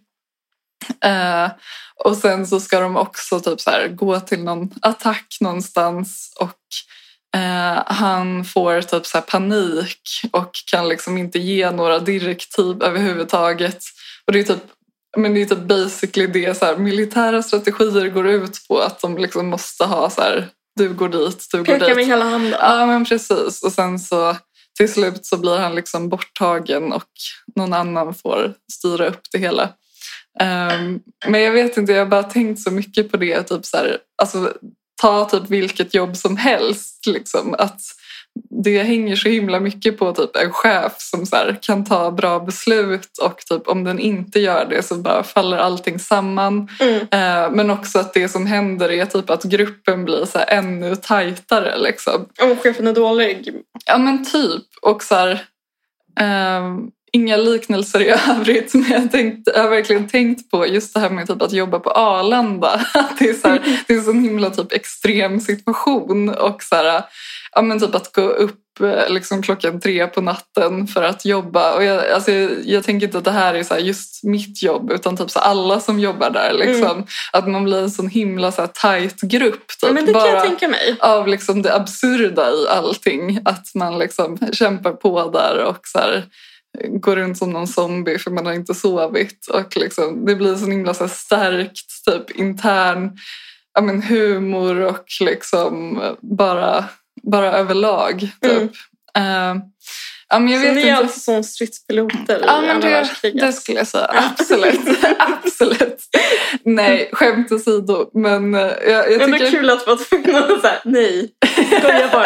Och sen så ska de också typ så här, gå till någon attack någonstans och han får typ så här panik och kan liksom inte ge några direktiv överhuvudtaget. Och det är typ, men det är typ basically det så här, militära strategier går ut på att de liksom måste ha så här, du går dit, du går dit. Pekar med hela handen. Ja, men precis. Och sen så till slut så blir han liksom borttagen och någon annan får styra upp det hela. Men jag vet inte, jag har bara tänkt så mycket på det. Typ så här, alltså, ta typ vilket jobb som helst. Liksom, att det hänger så himla mycket på typ en chef som så här, kan ta bra beslut och typ, om den inte gör det så bara faller allting samman. Men också att det som händer är typ att gruppen blir så här, ännu tajtare. Liksom. Om chefen är dålig. Ja men typ. Och så här, inga liknelser i övrigt, men jag har verkligen tänkt på just det här med typ att jobba på Arlanda. Det är så här, det är en sån himla typ extrem situation och så här, ja men typ att gå upp liksom 3:00 på natten för att jobba. Och jag tänker inte att det här är så här just mitt jobb utan typ så alla som jobbar där liksom, att man blir en sån himla så här tight grupp typ, ja, men det bara kan jag tänka mig. Av liksom det absurda i allting, att man liksom kämpar på där och så här går runt som någon zombie för man har inte sovit och liksom, det blir så himla så här starkt typ intern humor och liksom bara överlag typ. Men jag så vet ni är inte. alltså som stridspiloter i andra världskriget? Det skulle jag säga, absolut. Nej, skämt åsido, men jag tycker... Men det är kul att vara tvungen att säga nej, skojar bara.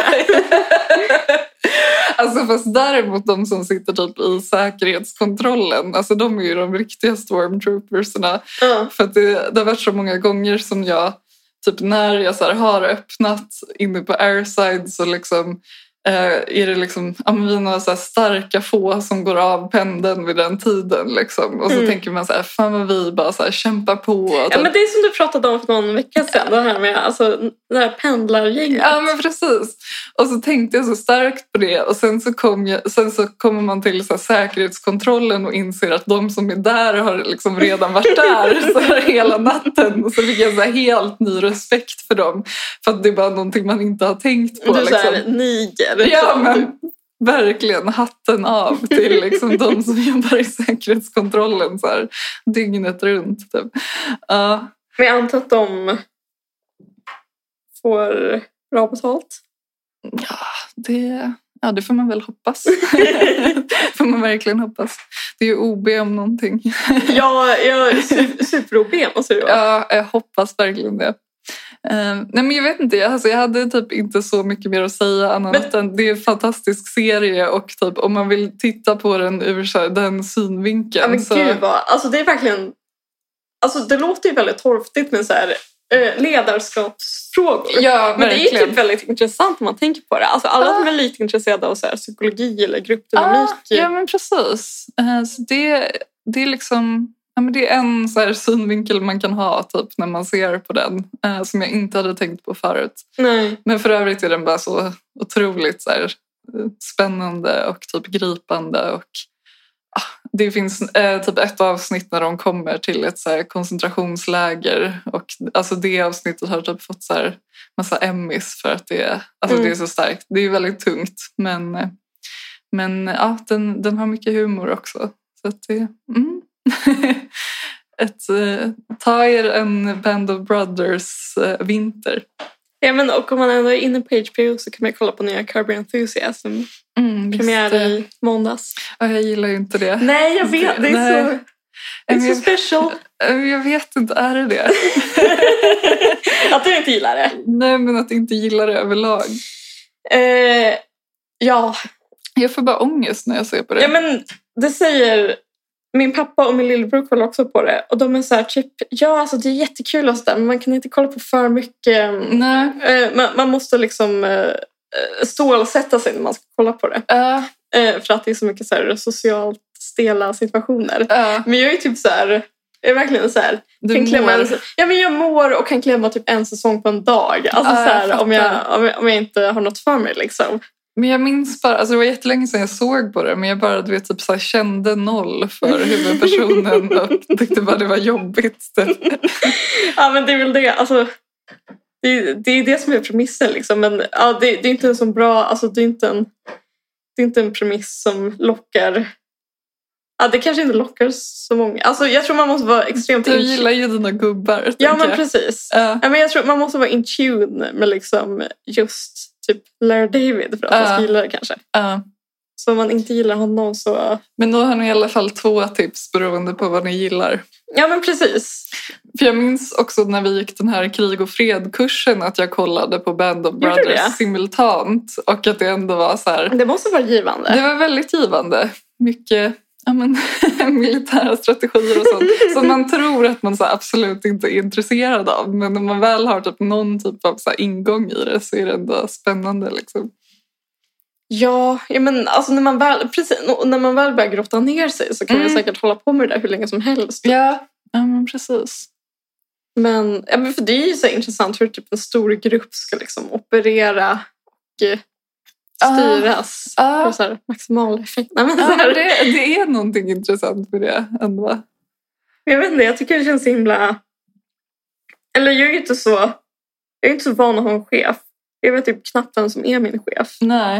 Alltså fast däremot de som sitter typ i säkerhetskontrollen, alltså de är ju de riktiga stormtroopersna. För att det har varit så många gånger som jag typ när jag så här har öppnat inne på airside så liksom är det liksom vi några så här starka få som går av pendeln vid den tiden liksom. Och så tänker man så här, fan vad vi bara så här kämpar på. Typ. Ja men det är som du pratade om för någon vecka sedan, det här med alltså, det här pendlargänget. Ja men precis. Och så tänkte jag så starkt på det och sen så kommer man till så här säkerhetskontrollen och inser att de som är där har liksom redan varit där så här hela natten. Och så fick jag så här helt ny respekt för dem. För att det är bara någonting man inte har tänkt på. Du liksom. så här, niger. Ja men verkligen hatten av till liksom de som jobbar i säkerhetskontrollen så här dygnet runt typ. Men jag antar att de får bra betalt. Det får man väl hoppas. Får man verkligen hoppas. Det är ju OB om någonting. Ja, jag är super-OB måste det vara. Ja, jag hoppas verkligen det. Nej men jag vet inte, jag hade typ inte så mycket mer att säga annat än det är en fantastisk serie och typ om man vill titta på den ur så här, den synvinkeln. Ja men så... gud vad, alltså det är verkligen, alltså det låter ju väldigt torftigt med så här ledarskapsfrågor. Ja, men det är typ väldigt intressant om man tänker på det. Alltså alla som är lite intresserade av så här, psykologi eller gruppdynamik. Ja men precis. Så det är liksom... Ja, men det är en så här synvinkel man kan ha typ, när man ser på den som jag inte hade tänkt på förut. Nej. Men för övrigt är den bara så otroligt så här, spännande och typ gripande. Och, det finns typ ett avsnitt när de kommer till ett så här, koncentrationsläger. Och alltså, det avsnittet har typ fått så här, massa Emmys för att det är så starkt. Det är väldigt tungt. Men ja, den har mycket humor också. Så att det... ta er en Band of Brothers vinter. Ja, men och om man ändå är inne på HBO så kan man kolla på nya Curb Your Enthusiasm. Premiär i måndags. Ja, jag gillar ju inte det. Nej, jag vet. Det är så special. Jag vet inte, är det? Att du inte gillar det? Nej, men att inte gillar det överlag. Ja. Jag får bara ångest när jag ser på det. Ja, men det säger... Min pappa och min lillebror kollar också på det. Och de är så här typ... Ja, alltså det är jättekul och sådär. Men man kan inte kolla på för mycket. Nej. Man måste liksom stålsätta sig när man ska kolla på det. För att det är så mycket så här socialt stela situationer. Men jag är typ så här... Jag är verkligen så här... men jag mår och kan klämma typ en säsong på en dag. Alltså så här, om jag inte har något för mig liksom. Men jag minns bara, alltså det var jättelänge sedan jag såg på det, men jag bara typ så här, kände noll för huvudpersonen och tyckte bara det var jobbigt. Ja, men det är väl det. Alltså, det är det som är premissen liksom. Men ja, det är inte en så bra, alltså det är inte en premiss som lockar. Ja, det kanske inte lockar så många. Alltså jag tror man måste vara extremt... Du gillar ju dina gubbar. Ja, men precis. Ja, men jag tror man måste vara in tune med liksom just typ Larry David för att man ska gilla det kanske. Så om man inte gillar honom så... Men då har ni i alla fall 2 tips beroende på vad ni gillar. Ja, men precis. För jag minns också när vi gick den här krig- och fredkursen att jag kollade på Band of Brothers simultant. Och att det ändå var så här... Det måste vara givande. Det var väldigt givande. Mycket... Ja, men, militära strategier och sånt som man tror att man så absolut inte är intresserad av. Men när man väl har typ någon typ av så ingång i det så är det ändå spännande. Liksom. Ja, men alltså när man väl börjar grotta ner sig så kan man säkert hålla på med det där hur länge som helst. Ja, men precis. Men för det är ju så intressant hur typ en stor grupp ska liksom operera och... styras för så här maximal effekt. Nej, men det är någonting intressant med det ändå. Jag vet inte, jag tycker det känns så himla... Eller jag är inte så van att ha en chef. Jag vet typ knappt vem som är min chef. Nej.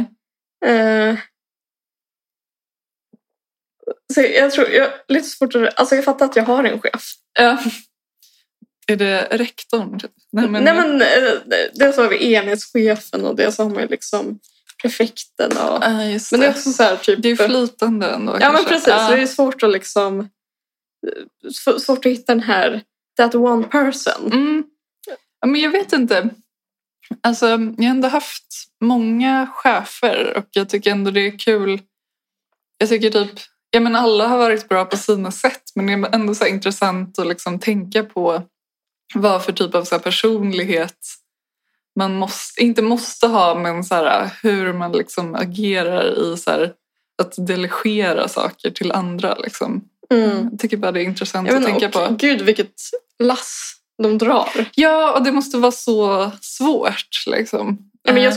Så jag tror, lite svårt att... Alltså jag fattar att jag har en chef. Ja. Är det rektorn? Nej, men det så har vi enhetschefen och det så har man ju liksom... prefekten och... Just men det är också så här typ... Det är flytande ändå. Ja, kanske. Men precis. Det är svårt att liksom... Svårt att hitta den här... That one person. Ja, men jag vet inte. Alltså, jag har ändå haft många chefer och jag tycker ändå det är kul. Jag tycker typ... Ja, men alla har varit bra på sina sätt, men det är ändå så här intressant att liksom tänka på vad för typ av så här personlighet man inte måste ha, men så här, hur man liksom agerar i så här, att delegera saker till andra. Liksom. Jag tycker bara det är intressant att tänka på. Gud, vilket lass de drar. Ja, och det måste vara så svårt. Liksom. Ja, men jag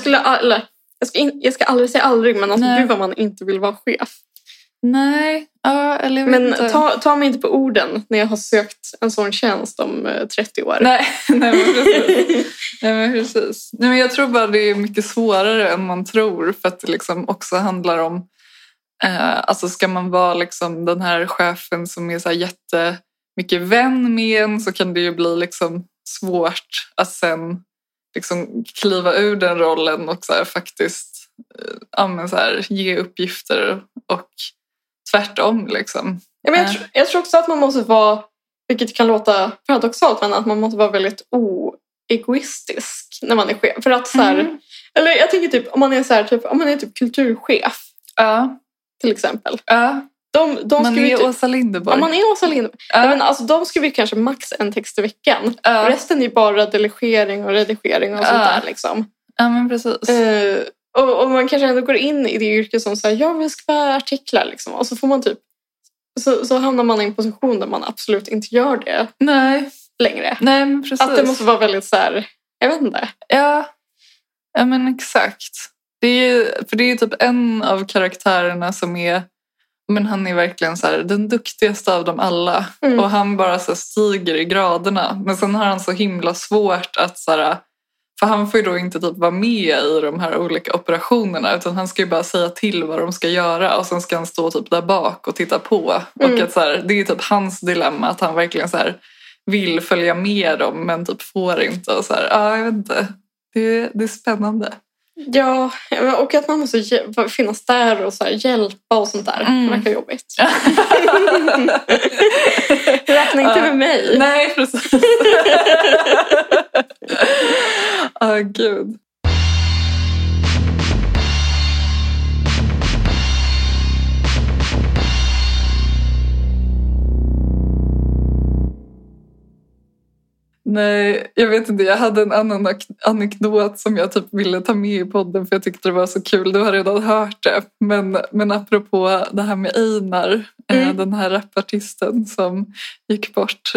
ska aldrig säga aldrig, men alltså, gud vad man inte vill vara chef. Nej, eller jag vet men inte. Ta mig inte på orden när jag har sökt en sån tjänst om 30 år. Nej, men precis. Nej, men jag tror bara det är mycket svårare än man tror, för att det liksom också handlar om alltså ska man vara liksom den här chefen som är så här jättemycket vän med en, så kan det ju bli liksom svårt att sen liksom kliva ur den rollen och så här faktiskt så här, ge uppgifter och tvärtom liksom. Ja, men jag tror också att man måste vara, vilket kan låta paradoxalt, men att man måste vara väldigt oegoistisk när man är chef. För att så här, eller jag tänker typ om man är så här, typ, om man är typ kulturchef till exempel. Man är typ, Åsa Linderborg. Ja, man är Åsa Linderborg. Men alltså, de skriver kanske max en text i veckan. Resten är bara delegering och redigering och sånt där liksom. Ja, men precis. Och man kanske ändå går in i det yrket som säger ja, vi ska vara artiklar liksom. Och så får man typ så hamnar man i en position där man absolut inte gör det längre. Nej, men precis. Att det måste vara väldigt så här, jag vet inte. Ja men exakt. Det är typ en av karaktärerna som är, men han är verkligen så här, den duktigaste av dem alla. Och han bara så här, stiger i graderna. Men sen har han så himla svårt att så här, för han får ju då inte typ vara med i de här olika operationerna, utan han ska ju bara säga till vad de ska göra och sen ska han stå typ där bak och titta på. Och att så här, det är typ hans dilemma, att han verkligen så här vill följa med dem men typ får inte. Och så här, jag vet inte. Det är spännande. Ja, och att man måste finnas där och så här hjälpa och sånt där. Det verkar jobbigt. Räkna inte med mig. Nej, precis. Gud. Nej, jag vet inte. Jag hade en annan anekdot som jag typ ville ta med i podden för jag tyckte det var så kul. Du har redan hört det. Men apropå det här med Einar, den här rapartisten som gick bort.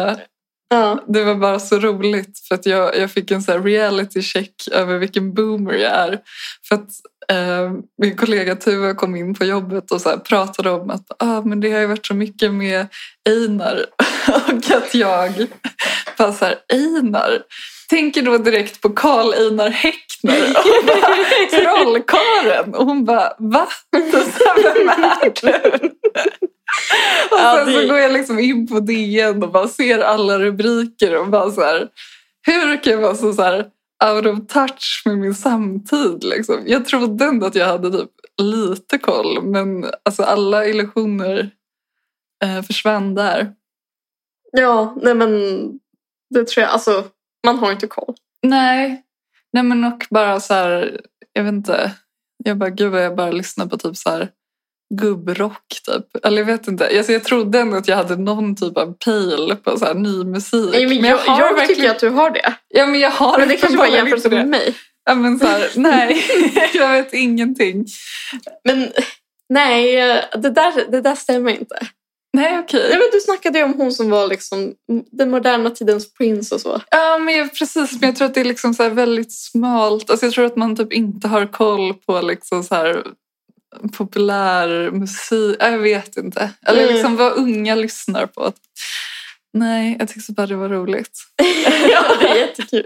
Det var bara så roligt för att jag fick en så här reality check över vilken boomer jag är. För att min kollega Tuva kom in på jobbet och så här pratade om att men det har ju varit så mycket med Einar. Och att jag bara så här, Einar tänker då direkt på Karl Einar Häckner och bara trollkaren. Och hon bara, va? Vem är du? Och sen så går jag liksom in på DN och bara ser alla rubriker och bara så här, hur kan jag vara så här out of touch med min samtid liksom? Jag trodde ändå att jag hade typ lite koll, men alltså alla illusioner försvann där. Ja, nej men det tror jag, alltså man har inte koll. Nej men och bara så här, jag vet inte, jag bara lyssnar på typ så här gubbrock typ. Eller jag vet inte. Alltså jag trodde ändå att jag hade någon typ av pejl på så här ny musik. Nej, men jag verkligen tycker att du har det. Ja, men jag har men det kanske bara jämfört med mig. Ja, men så här, nej. Jag vet ingenting. Men nej, det där stämmer inte. Nej, okej. Nej, men du snackade ju om hon som var liksom den moderna tidens prins och så. Ja, men precis. Men jag tror att det är liksom så här väldigt smalt. Alltså jag tror att man typ inte har koll på liksom så här populär musik. Jag vet inte. Eller liksom vad unga lyssnar på. Nej, jag tyckte bara det var roligt. Ja, det är jättekul.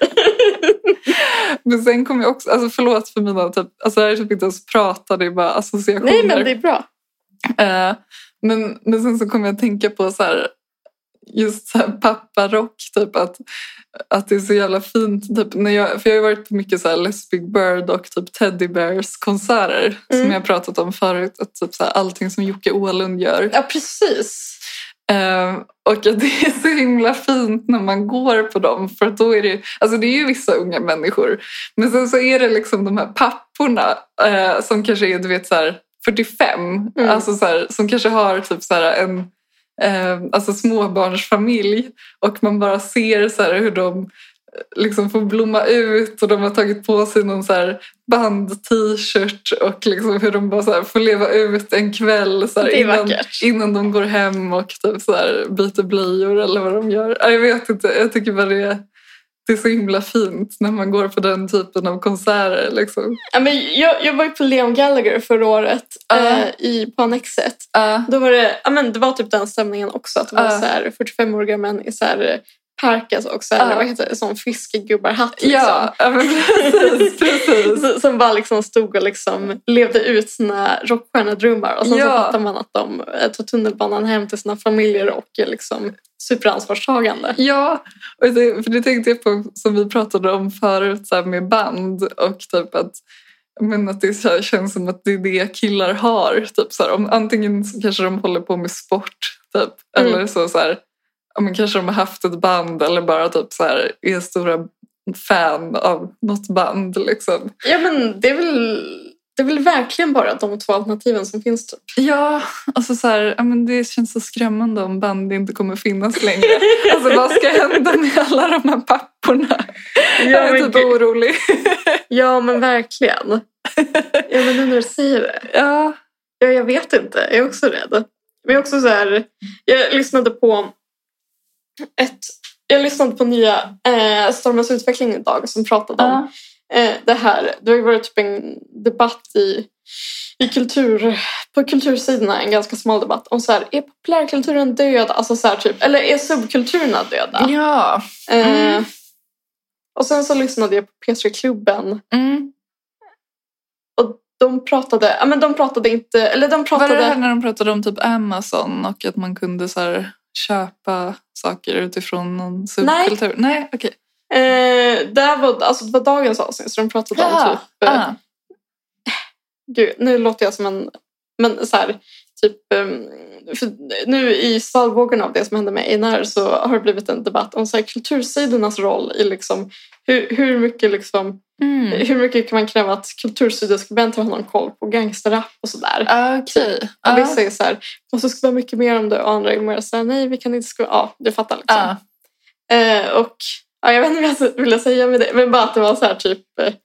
Men sen kom jag också, alltså förlåt för mina typ, alltså det är typ inte ens prata, det är bara associationer. Nej, men det är bra. Men sen så kom jag att tänka på så här, just så här papparock typ, att det är så jävla fint typ, för jag har ju varit på mycket så här Les Big Bird och typ Teddy Bears konserter som jag pratat om förut, att typ så här, allting som Jocke Åhlund gör. Ja, precis. Och att det är så himla fint när man går på dem, för att då är det, alltså det är ju vissa unga människor, men sen så är det liksom de här papporna som kanske är, du vet så här 45, alltså så här, som kanske har typ så här en alltså småbarnsfamilj, och man bara ser så här hur de liksom får blomma ut, och de har tagit på sig någon så här band-t-shirt, och liksom hur de bara så här får leva ut en kväll så här innan de går hem och typ så här byter blöjor eller vad de gör. Jag vet inte, jag tycker bara det är så himla fint när man går på den typen av konserter liksom. Ja, men jag var ju på Liam Gallagher förra året på Annexet. Då var det var typ den stämningen också, att det var så här 45-åriga män i så här parkas och så här, vad heter det, sån fiskegubbarhatt liksom. Ja, men precis. Som bara liksom stod och liksom levde ut sina rockstjärnedrömmar, och sen så fattar man att de tar tunnelbanan hem till sina familjer och liksom superansvarstagande. Ja, och för det tänkte jag på som vi pratade om förut så här, med band, och typ att det känns som att det är det killar har typ så här, om antingen så kanske de håller på med sport typ, eller så här, men kanske de har haft ett band, eller bara typ så här är stora fan av något band liksom. Ja, men det är väl verkligen bara de två alternativen som finns typ. Ja, alltså så här, men det känns så skrämmande om band inte kommer finnas längre. Alltså vad ska hända med alla de här papporna? Jag är typ orolig. Ja, men verkligen. Ja, men nu när du säger det. Ja, jag vet inte. Jag är också rädd. Men jag är också så här, jag lyssnade på nya Stormens utveckling idag som pratade om det här. Det har ju varit typ en debatt på kultursidorna, en ganska smal debatt om så här, är populärkulturen död? Alltså så här, typ, eller är subkulturerna döda? Ja. Och sen så lyssnade jag på P3-klubben. Och de pratade inte, eller de pratade... Var det här när de pratade om typ Amazon och att man kunde så här köpa saker utifrån någon subkultur? Nej, okej. Det var dagens avsnitt, så de pratade om typ... Gud, nu låter jag som en... Men så här, typ... För nu i svallvågorna av det som hände med Einar så har det blivit en debatt om så här, kultursidornas roll i liksom... Hur mycket liksom... Hur mycket kan man kräva att kultursidoskribenter har någon koll på gangsterrap och sådär? Okej. Och vissa är så här, måste skriva mycket mer om det, och andra är mer så här, nej, vi kan inte skriva. Ja, du fattar liksom. Och jag vet inte vad jag ville säga med det, men bara att det var så här typ,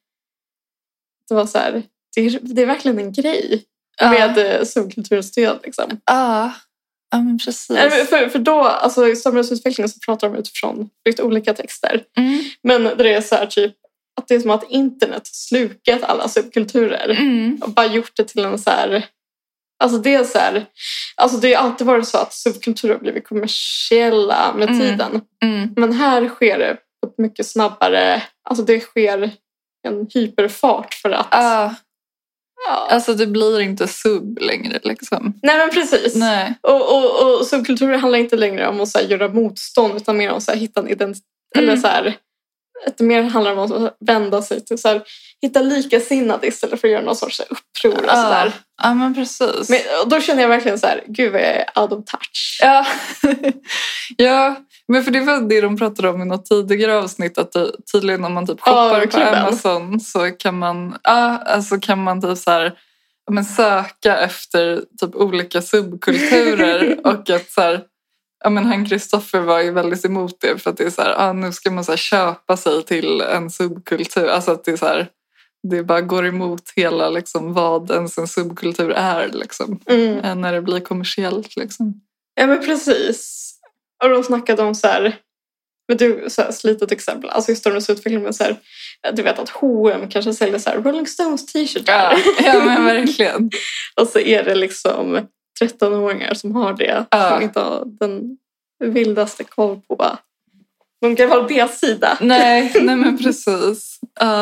det var så här, det är verkligen en grej med subkulturstöd liksom. Ja, men precis. För då, alltså i samhällsutvecklingen så pratar de utifrån lite olika texter. Men det är så här typ, att det är som att internet slukat alla subkulturer och bara gjort det till en så här... Alltså det är så här... Alltså det har alltid varit så att subkulturer har blivit kommersiella med tiden. Men här sker det på ett mycket snabbare... Alltså det sker en hyperfart för att... Alltså det blir inte sub längre liksom. Nej, men precis. Nej. Och subkulturer handlar inte längre om att så här, göra motstånd, utan mer om att hitta en identitet. Eller så här... Det mer handlar om att vända sig till så här, hitta likasinnade istället för att göra någon sorts uppror och sådär. Ja, men precis. Men, och då känner jag verkligen så här, gud vad jag är out of touch. Ja. Ja, men för det var det de pratade om i något tidigare avsnitt, att tydligen om man typ shoppar på Amazon så kan man, kan man typ så här, men söka efter typ olika subkulturer och att så här, men han Kristoffer var ju väldigt emot det, för att det är så här, nu ska man så här köpa sig till en subkultur, alltså att det är så här, det bara går emot hela liksom vad ens en subkultur är liksom, när det blir kommersiellt liksom. Ja, men precis. Och de snackade om så här, men du, så här, slitet exempel, alltså historiens utveckling med så här, du vet att H&M kanske säljer så här Rolling Stones t-shirtar. Ja, men verkligen. Och så är det liksom 13-åringar som har det, som inte har den vildaste koll på någon gammal B-sida. Nej, men precis.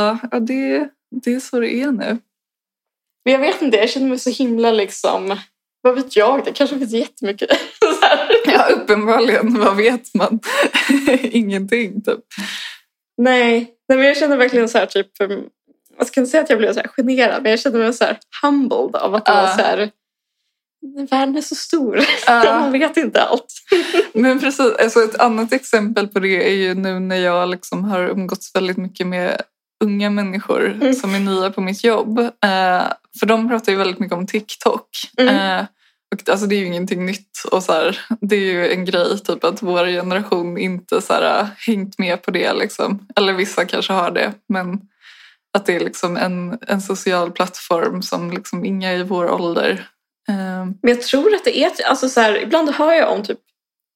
Det är så det är nu. Men jag vet inte, jag känner mig så himla liksom, vad vet jag, det kanske finns jättemycket. Ja, uppenbarligen, vad vet man? Ingenting typ. Nej, men jag känner verkligen så här typ, jag ska inte säga att jag blev så här generad, men jag känner mig så här humbled av att det var så här, världen är så stor. Man vet inte allt. Men precis, alltså ett annat exempel på det är ju nu när jag liksom har umgåtts väldigt mycket med unga människor som är nya på mitt jobb. För de pratar ju väldigt mycket om TikTok. Och alltså det är ju ingenting nytt. Och så här, det är ju en grej typ att vår generation inte så här, hängt med på det. Liksom. Eller vissa kanske har det. Men att det är liksom en social plattform som liksom inga i vår ålder. Men jag tror att det är... Alltså så här, ibland hör jag om typ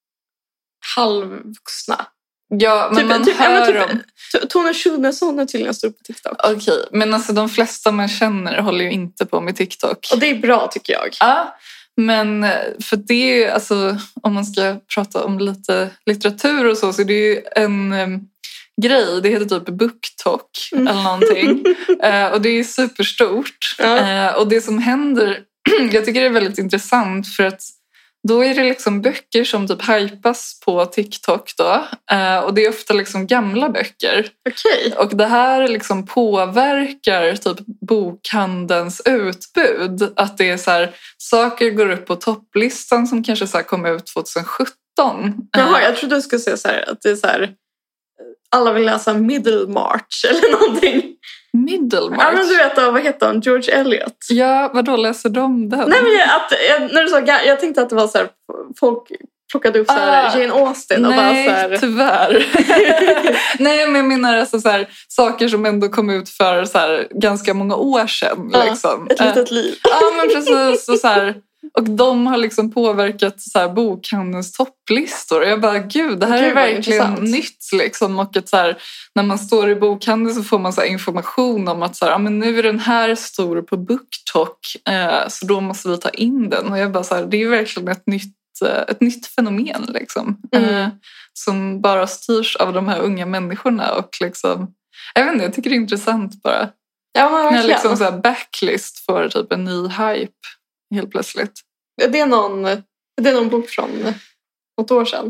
halvvuxna. Ja, men man hör om... Tone Schunnesson är tydligen stor på TikTok. Okej, men alltså de flesta man känner håller ju inte på med TikTok. Och det är bra tycker jag. Ja, men för det är ju, alltså om man ska prata om lite litteratur och så är det ju en grej. Det heter typ BookTok eller någonting. Och det är superstort. Och det som händer, jag tycker det är väldigt intressant för att då är det liksom böcker som typ hypas på TikTok då. Och det är ofta liksom gamla böcker. Okej. Och det här liksom påverkar typ bokhandelns utbud. Att det är så här, saker går upp på topplistan som kanske så här kom ut 2017. Jaha, jag trodde du skulle säga så här, att det är så här, alla vill läsa Middlemarch eller någonting. Middlemarch? Ja, men du vet då, vad heter han? George Eliot. Ja, vadå läser de den? Nej, men när du sa, jag tänkte att det var så här, folk plockade upp så här, Jane Austen och nej, bara så här... tyvärr. Nej, men jag menar alltså så här, saker som ändå kom ut för så här, ganska många år sedan. Liksom. Ett litet liv. Ja, men precis. Och, så här, och de har liksom påverkat så här, bokhandelns topplistor. Och jag bara, gud, det här är verkligen nytt. Liksom. Och att så här, när man står i bokhandeln så får man så här, information om att så här, men nu är den här stor på BookTok. Så då måste vi ta in den. Och jag bara, så här, det är verkligen ett nytt fenomen liksom, som bara styrs av de här unga människorna och liksom, jag vet inte, jag tycker det är intressant bara. Ja, men verkligen. När liksom så här backlist får typ en ny hype helt plötsligt. Det är någon bok från något år sedan.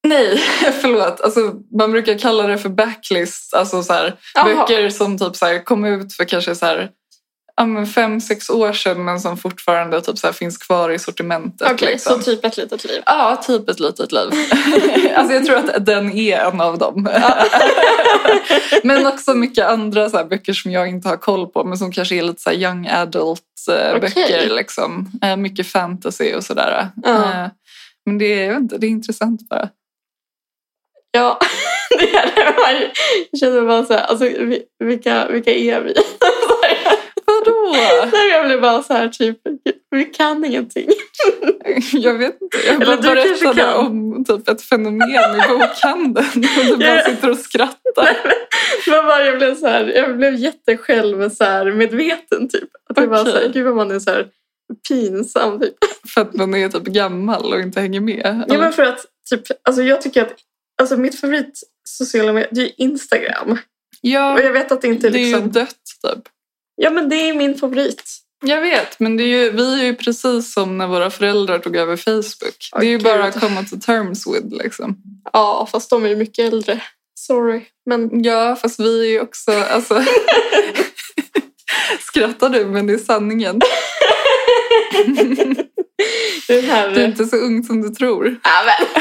Nej, förlåt. Alltså, man brukar kalla det för backlist. Alltså så här, böcker som typ så här, kom ut för kanske så här, 5-6 år sedan men som fortfarande typ så här, finns kvar i sortimentet. Okej, liksom. så typ ett litet liv. Ja, typ ett litet liv. Alltså jag tror att den är en av dem. Men också mycket andra så här, böcker som jag inte har koll på men som kanske är lite så här, young adult böcker. Liksom. Mycket fantasy och sådär. Men det är intressant bara. Ja, det är det. Jag känner bara så här, alltså vilka är vi? Vadå? Nej, jag blev bara så här typ, vi kan ingenting. Jag vet inte. Jag bara berättade om typ ett fenomen i bokhandeln och du bara sitter och skrattar. Jag blev jättesjälv så här medveten typ. Att det var så här, gud vad man är så här pinsam typ. För att man är typ gammal och inte hänger med. Ja, men för att typ, alltså jag tycker att alltså mitt favorit sociala medier, det är Instagram. Ja, och jag vet att det inte är liksom... Det är ju dött typ. Ja, men det är min favorit. Jag vet, men vi är ju precis som när våra föräldrar tog över Facebook. Det är ju bara att komma to terms with liksom. Ja, fast de är ju mycket äldre. Sorry, men... Ja, fast vi är ju också, alltså... Skrattar du, men det är sanningen. Du är inte så ung som du tror. Ja, men...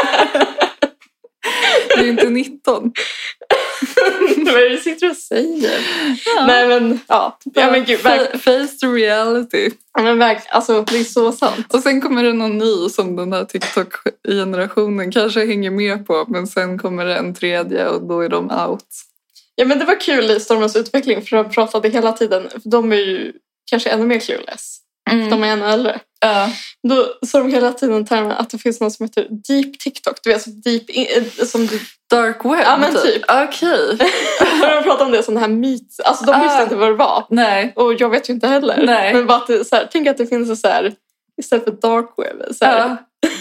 Du är inte 19. Vad är det du sitter och säger? Ja. Nej, men ja men gud, face the reality. Ja, men alltså det är så sant. Och sen kommer det någon ny som den här TikTok-generationen kanske hänger med på, men sen kommer det en tredje och då är de out. Ja, men det var kul i Stormens utveckling för de pratade hela tiden, för de är ju kanske ännu mer clueless. De är ännu äldre. Då sa de hela tiden termen att det finns något som heter deep TikTok. Du vet, så deep som dark web. Ja, men typ. Okej. De pratade om det som den här myt. Alltså de visste inte vad det var. Nej. Och jag vet ju inte heller. Nej. Men bara att det, så här, tänk att det finns så här istället för dark web så här.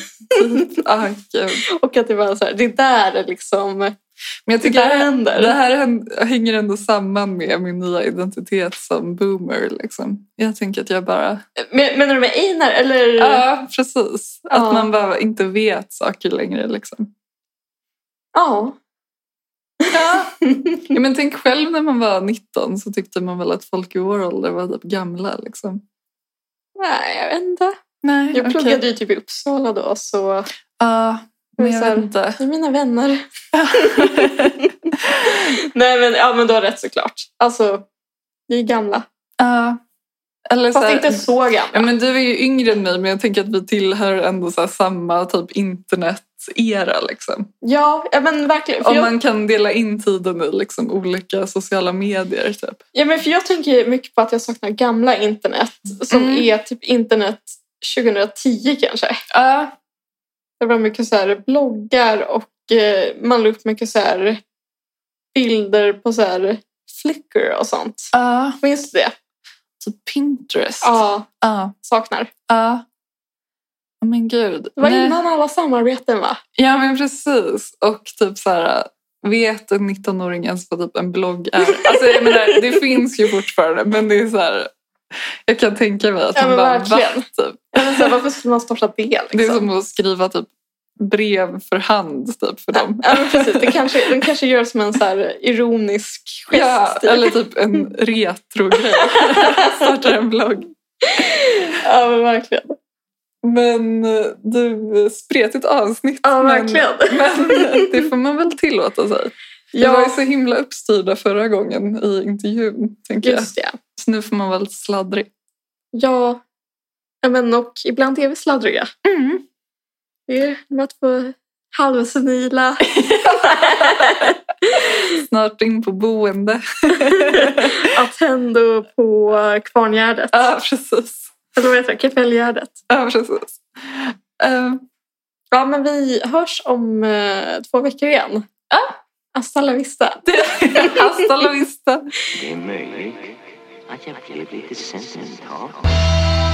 Och att det var så här, det där är liksom. Men jag tycker det här hänger ändå samman med min nya identitet som boomer. Liksom. Jag tänker att jag bara... Menar du med Einar? Eller? Ja, precis. Att man bara inte vet saker längre. Liksom. Ja. Ja, men tänk själv när man var 19 så tyckte man väl att folk i vår ålder var typ gamla. Liksom. Nej, jag vet inte. Nej, jag pluggade ju typ i Uppsala då. Så... Men jag vet inte. Det är mina vänner. Nej, men du har rätt såklart. Alltså, vi är gamla. Eller fast så här, inte så gamla. Ja, men du är ju yngre än mig, men jag tänker att vi tillhör ändå så här samma typ internet-era. Liksom. Ja, men verkligen. Om man kan dela in tiden i liksom olika sociala medier. Typ. Ja, men för jag tänker mycket på att jag saknar gamla internet. Som är typ internet 2010 kanske. Det var mycket så här bloggar och man la upp mycket så här bilder på så här Flickr och sånt. Minns du det? Typ Pinterest. Ja. Saknar. Men gud. Det var innan alla samarbeten, va? Ja, men precis. Och typ så här, vet en 19-åring ens vad typ en blogg är? Alltså jag menar, det finns ju fortfarande, men det är så här, jag kan tänka mig att man bara typ. Så varför skulle man starta det? Liksom? Det är som att skriva typ brev för hand typ för dem. Ja, men precis. Den kanske gör som en så här ironisk gest. Ja, eller typ en retro-grej. Startar en blogg. Ja, men verkligen. Men du, spretigt avsnitt. Ja, verkligen. Men det får man väl tillåta sig. Ja. Jag var ju så himla uppstyrda förra gången i intervjun, tänker jag. Just det. Så nu får man väl sladdrig. Ja, men och ibland är vi sladdriga. Det är att få halvsenila. Snart in på boende. Attendo på Kvarngärdet. Ja, precis. Eller vad heter det? Kapellgärdet. Ja, precis. Ja, men vi hörs om 2 veckor igen. Hasta la vista. Hasta la vista. Det är möjligt att jag blev lite sentimental.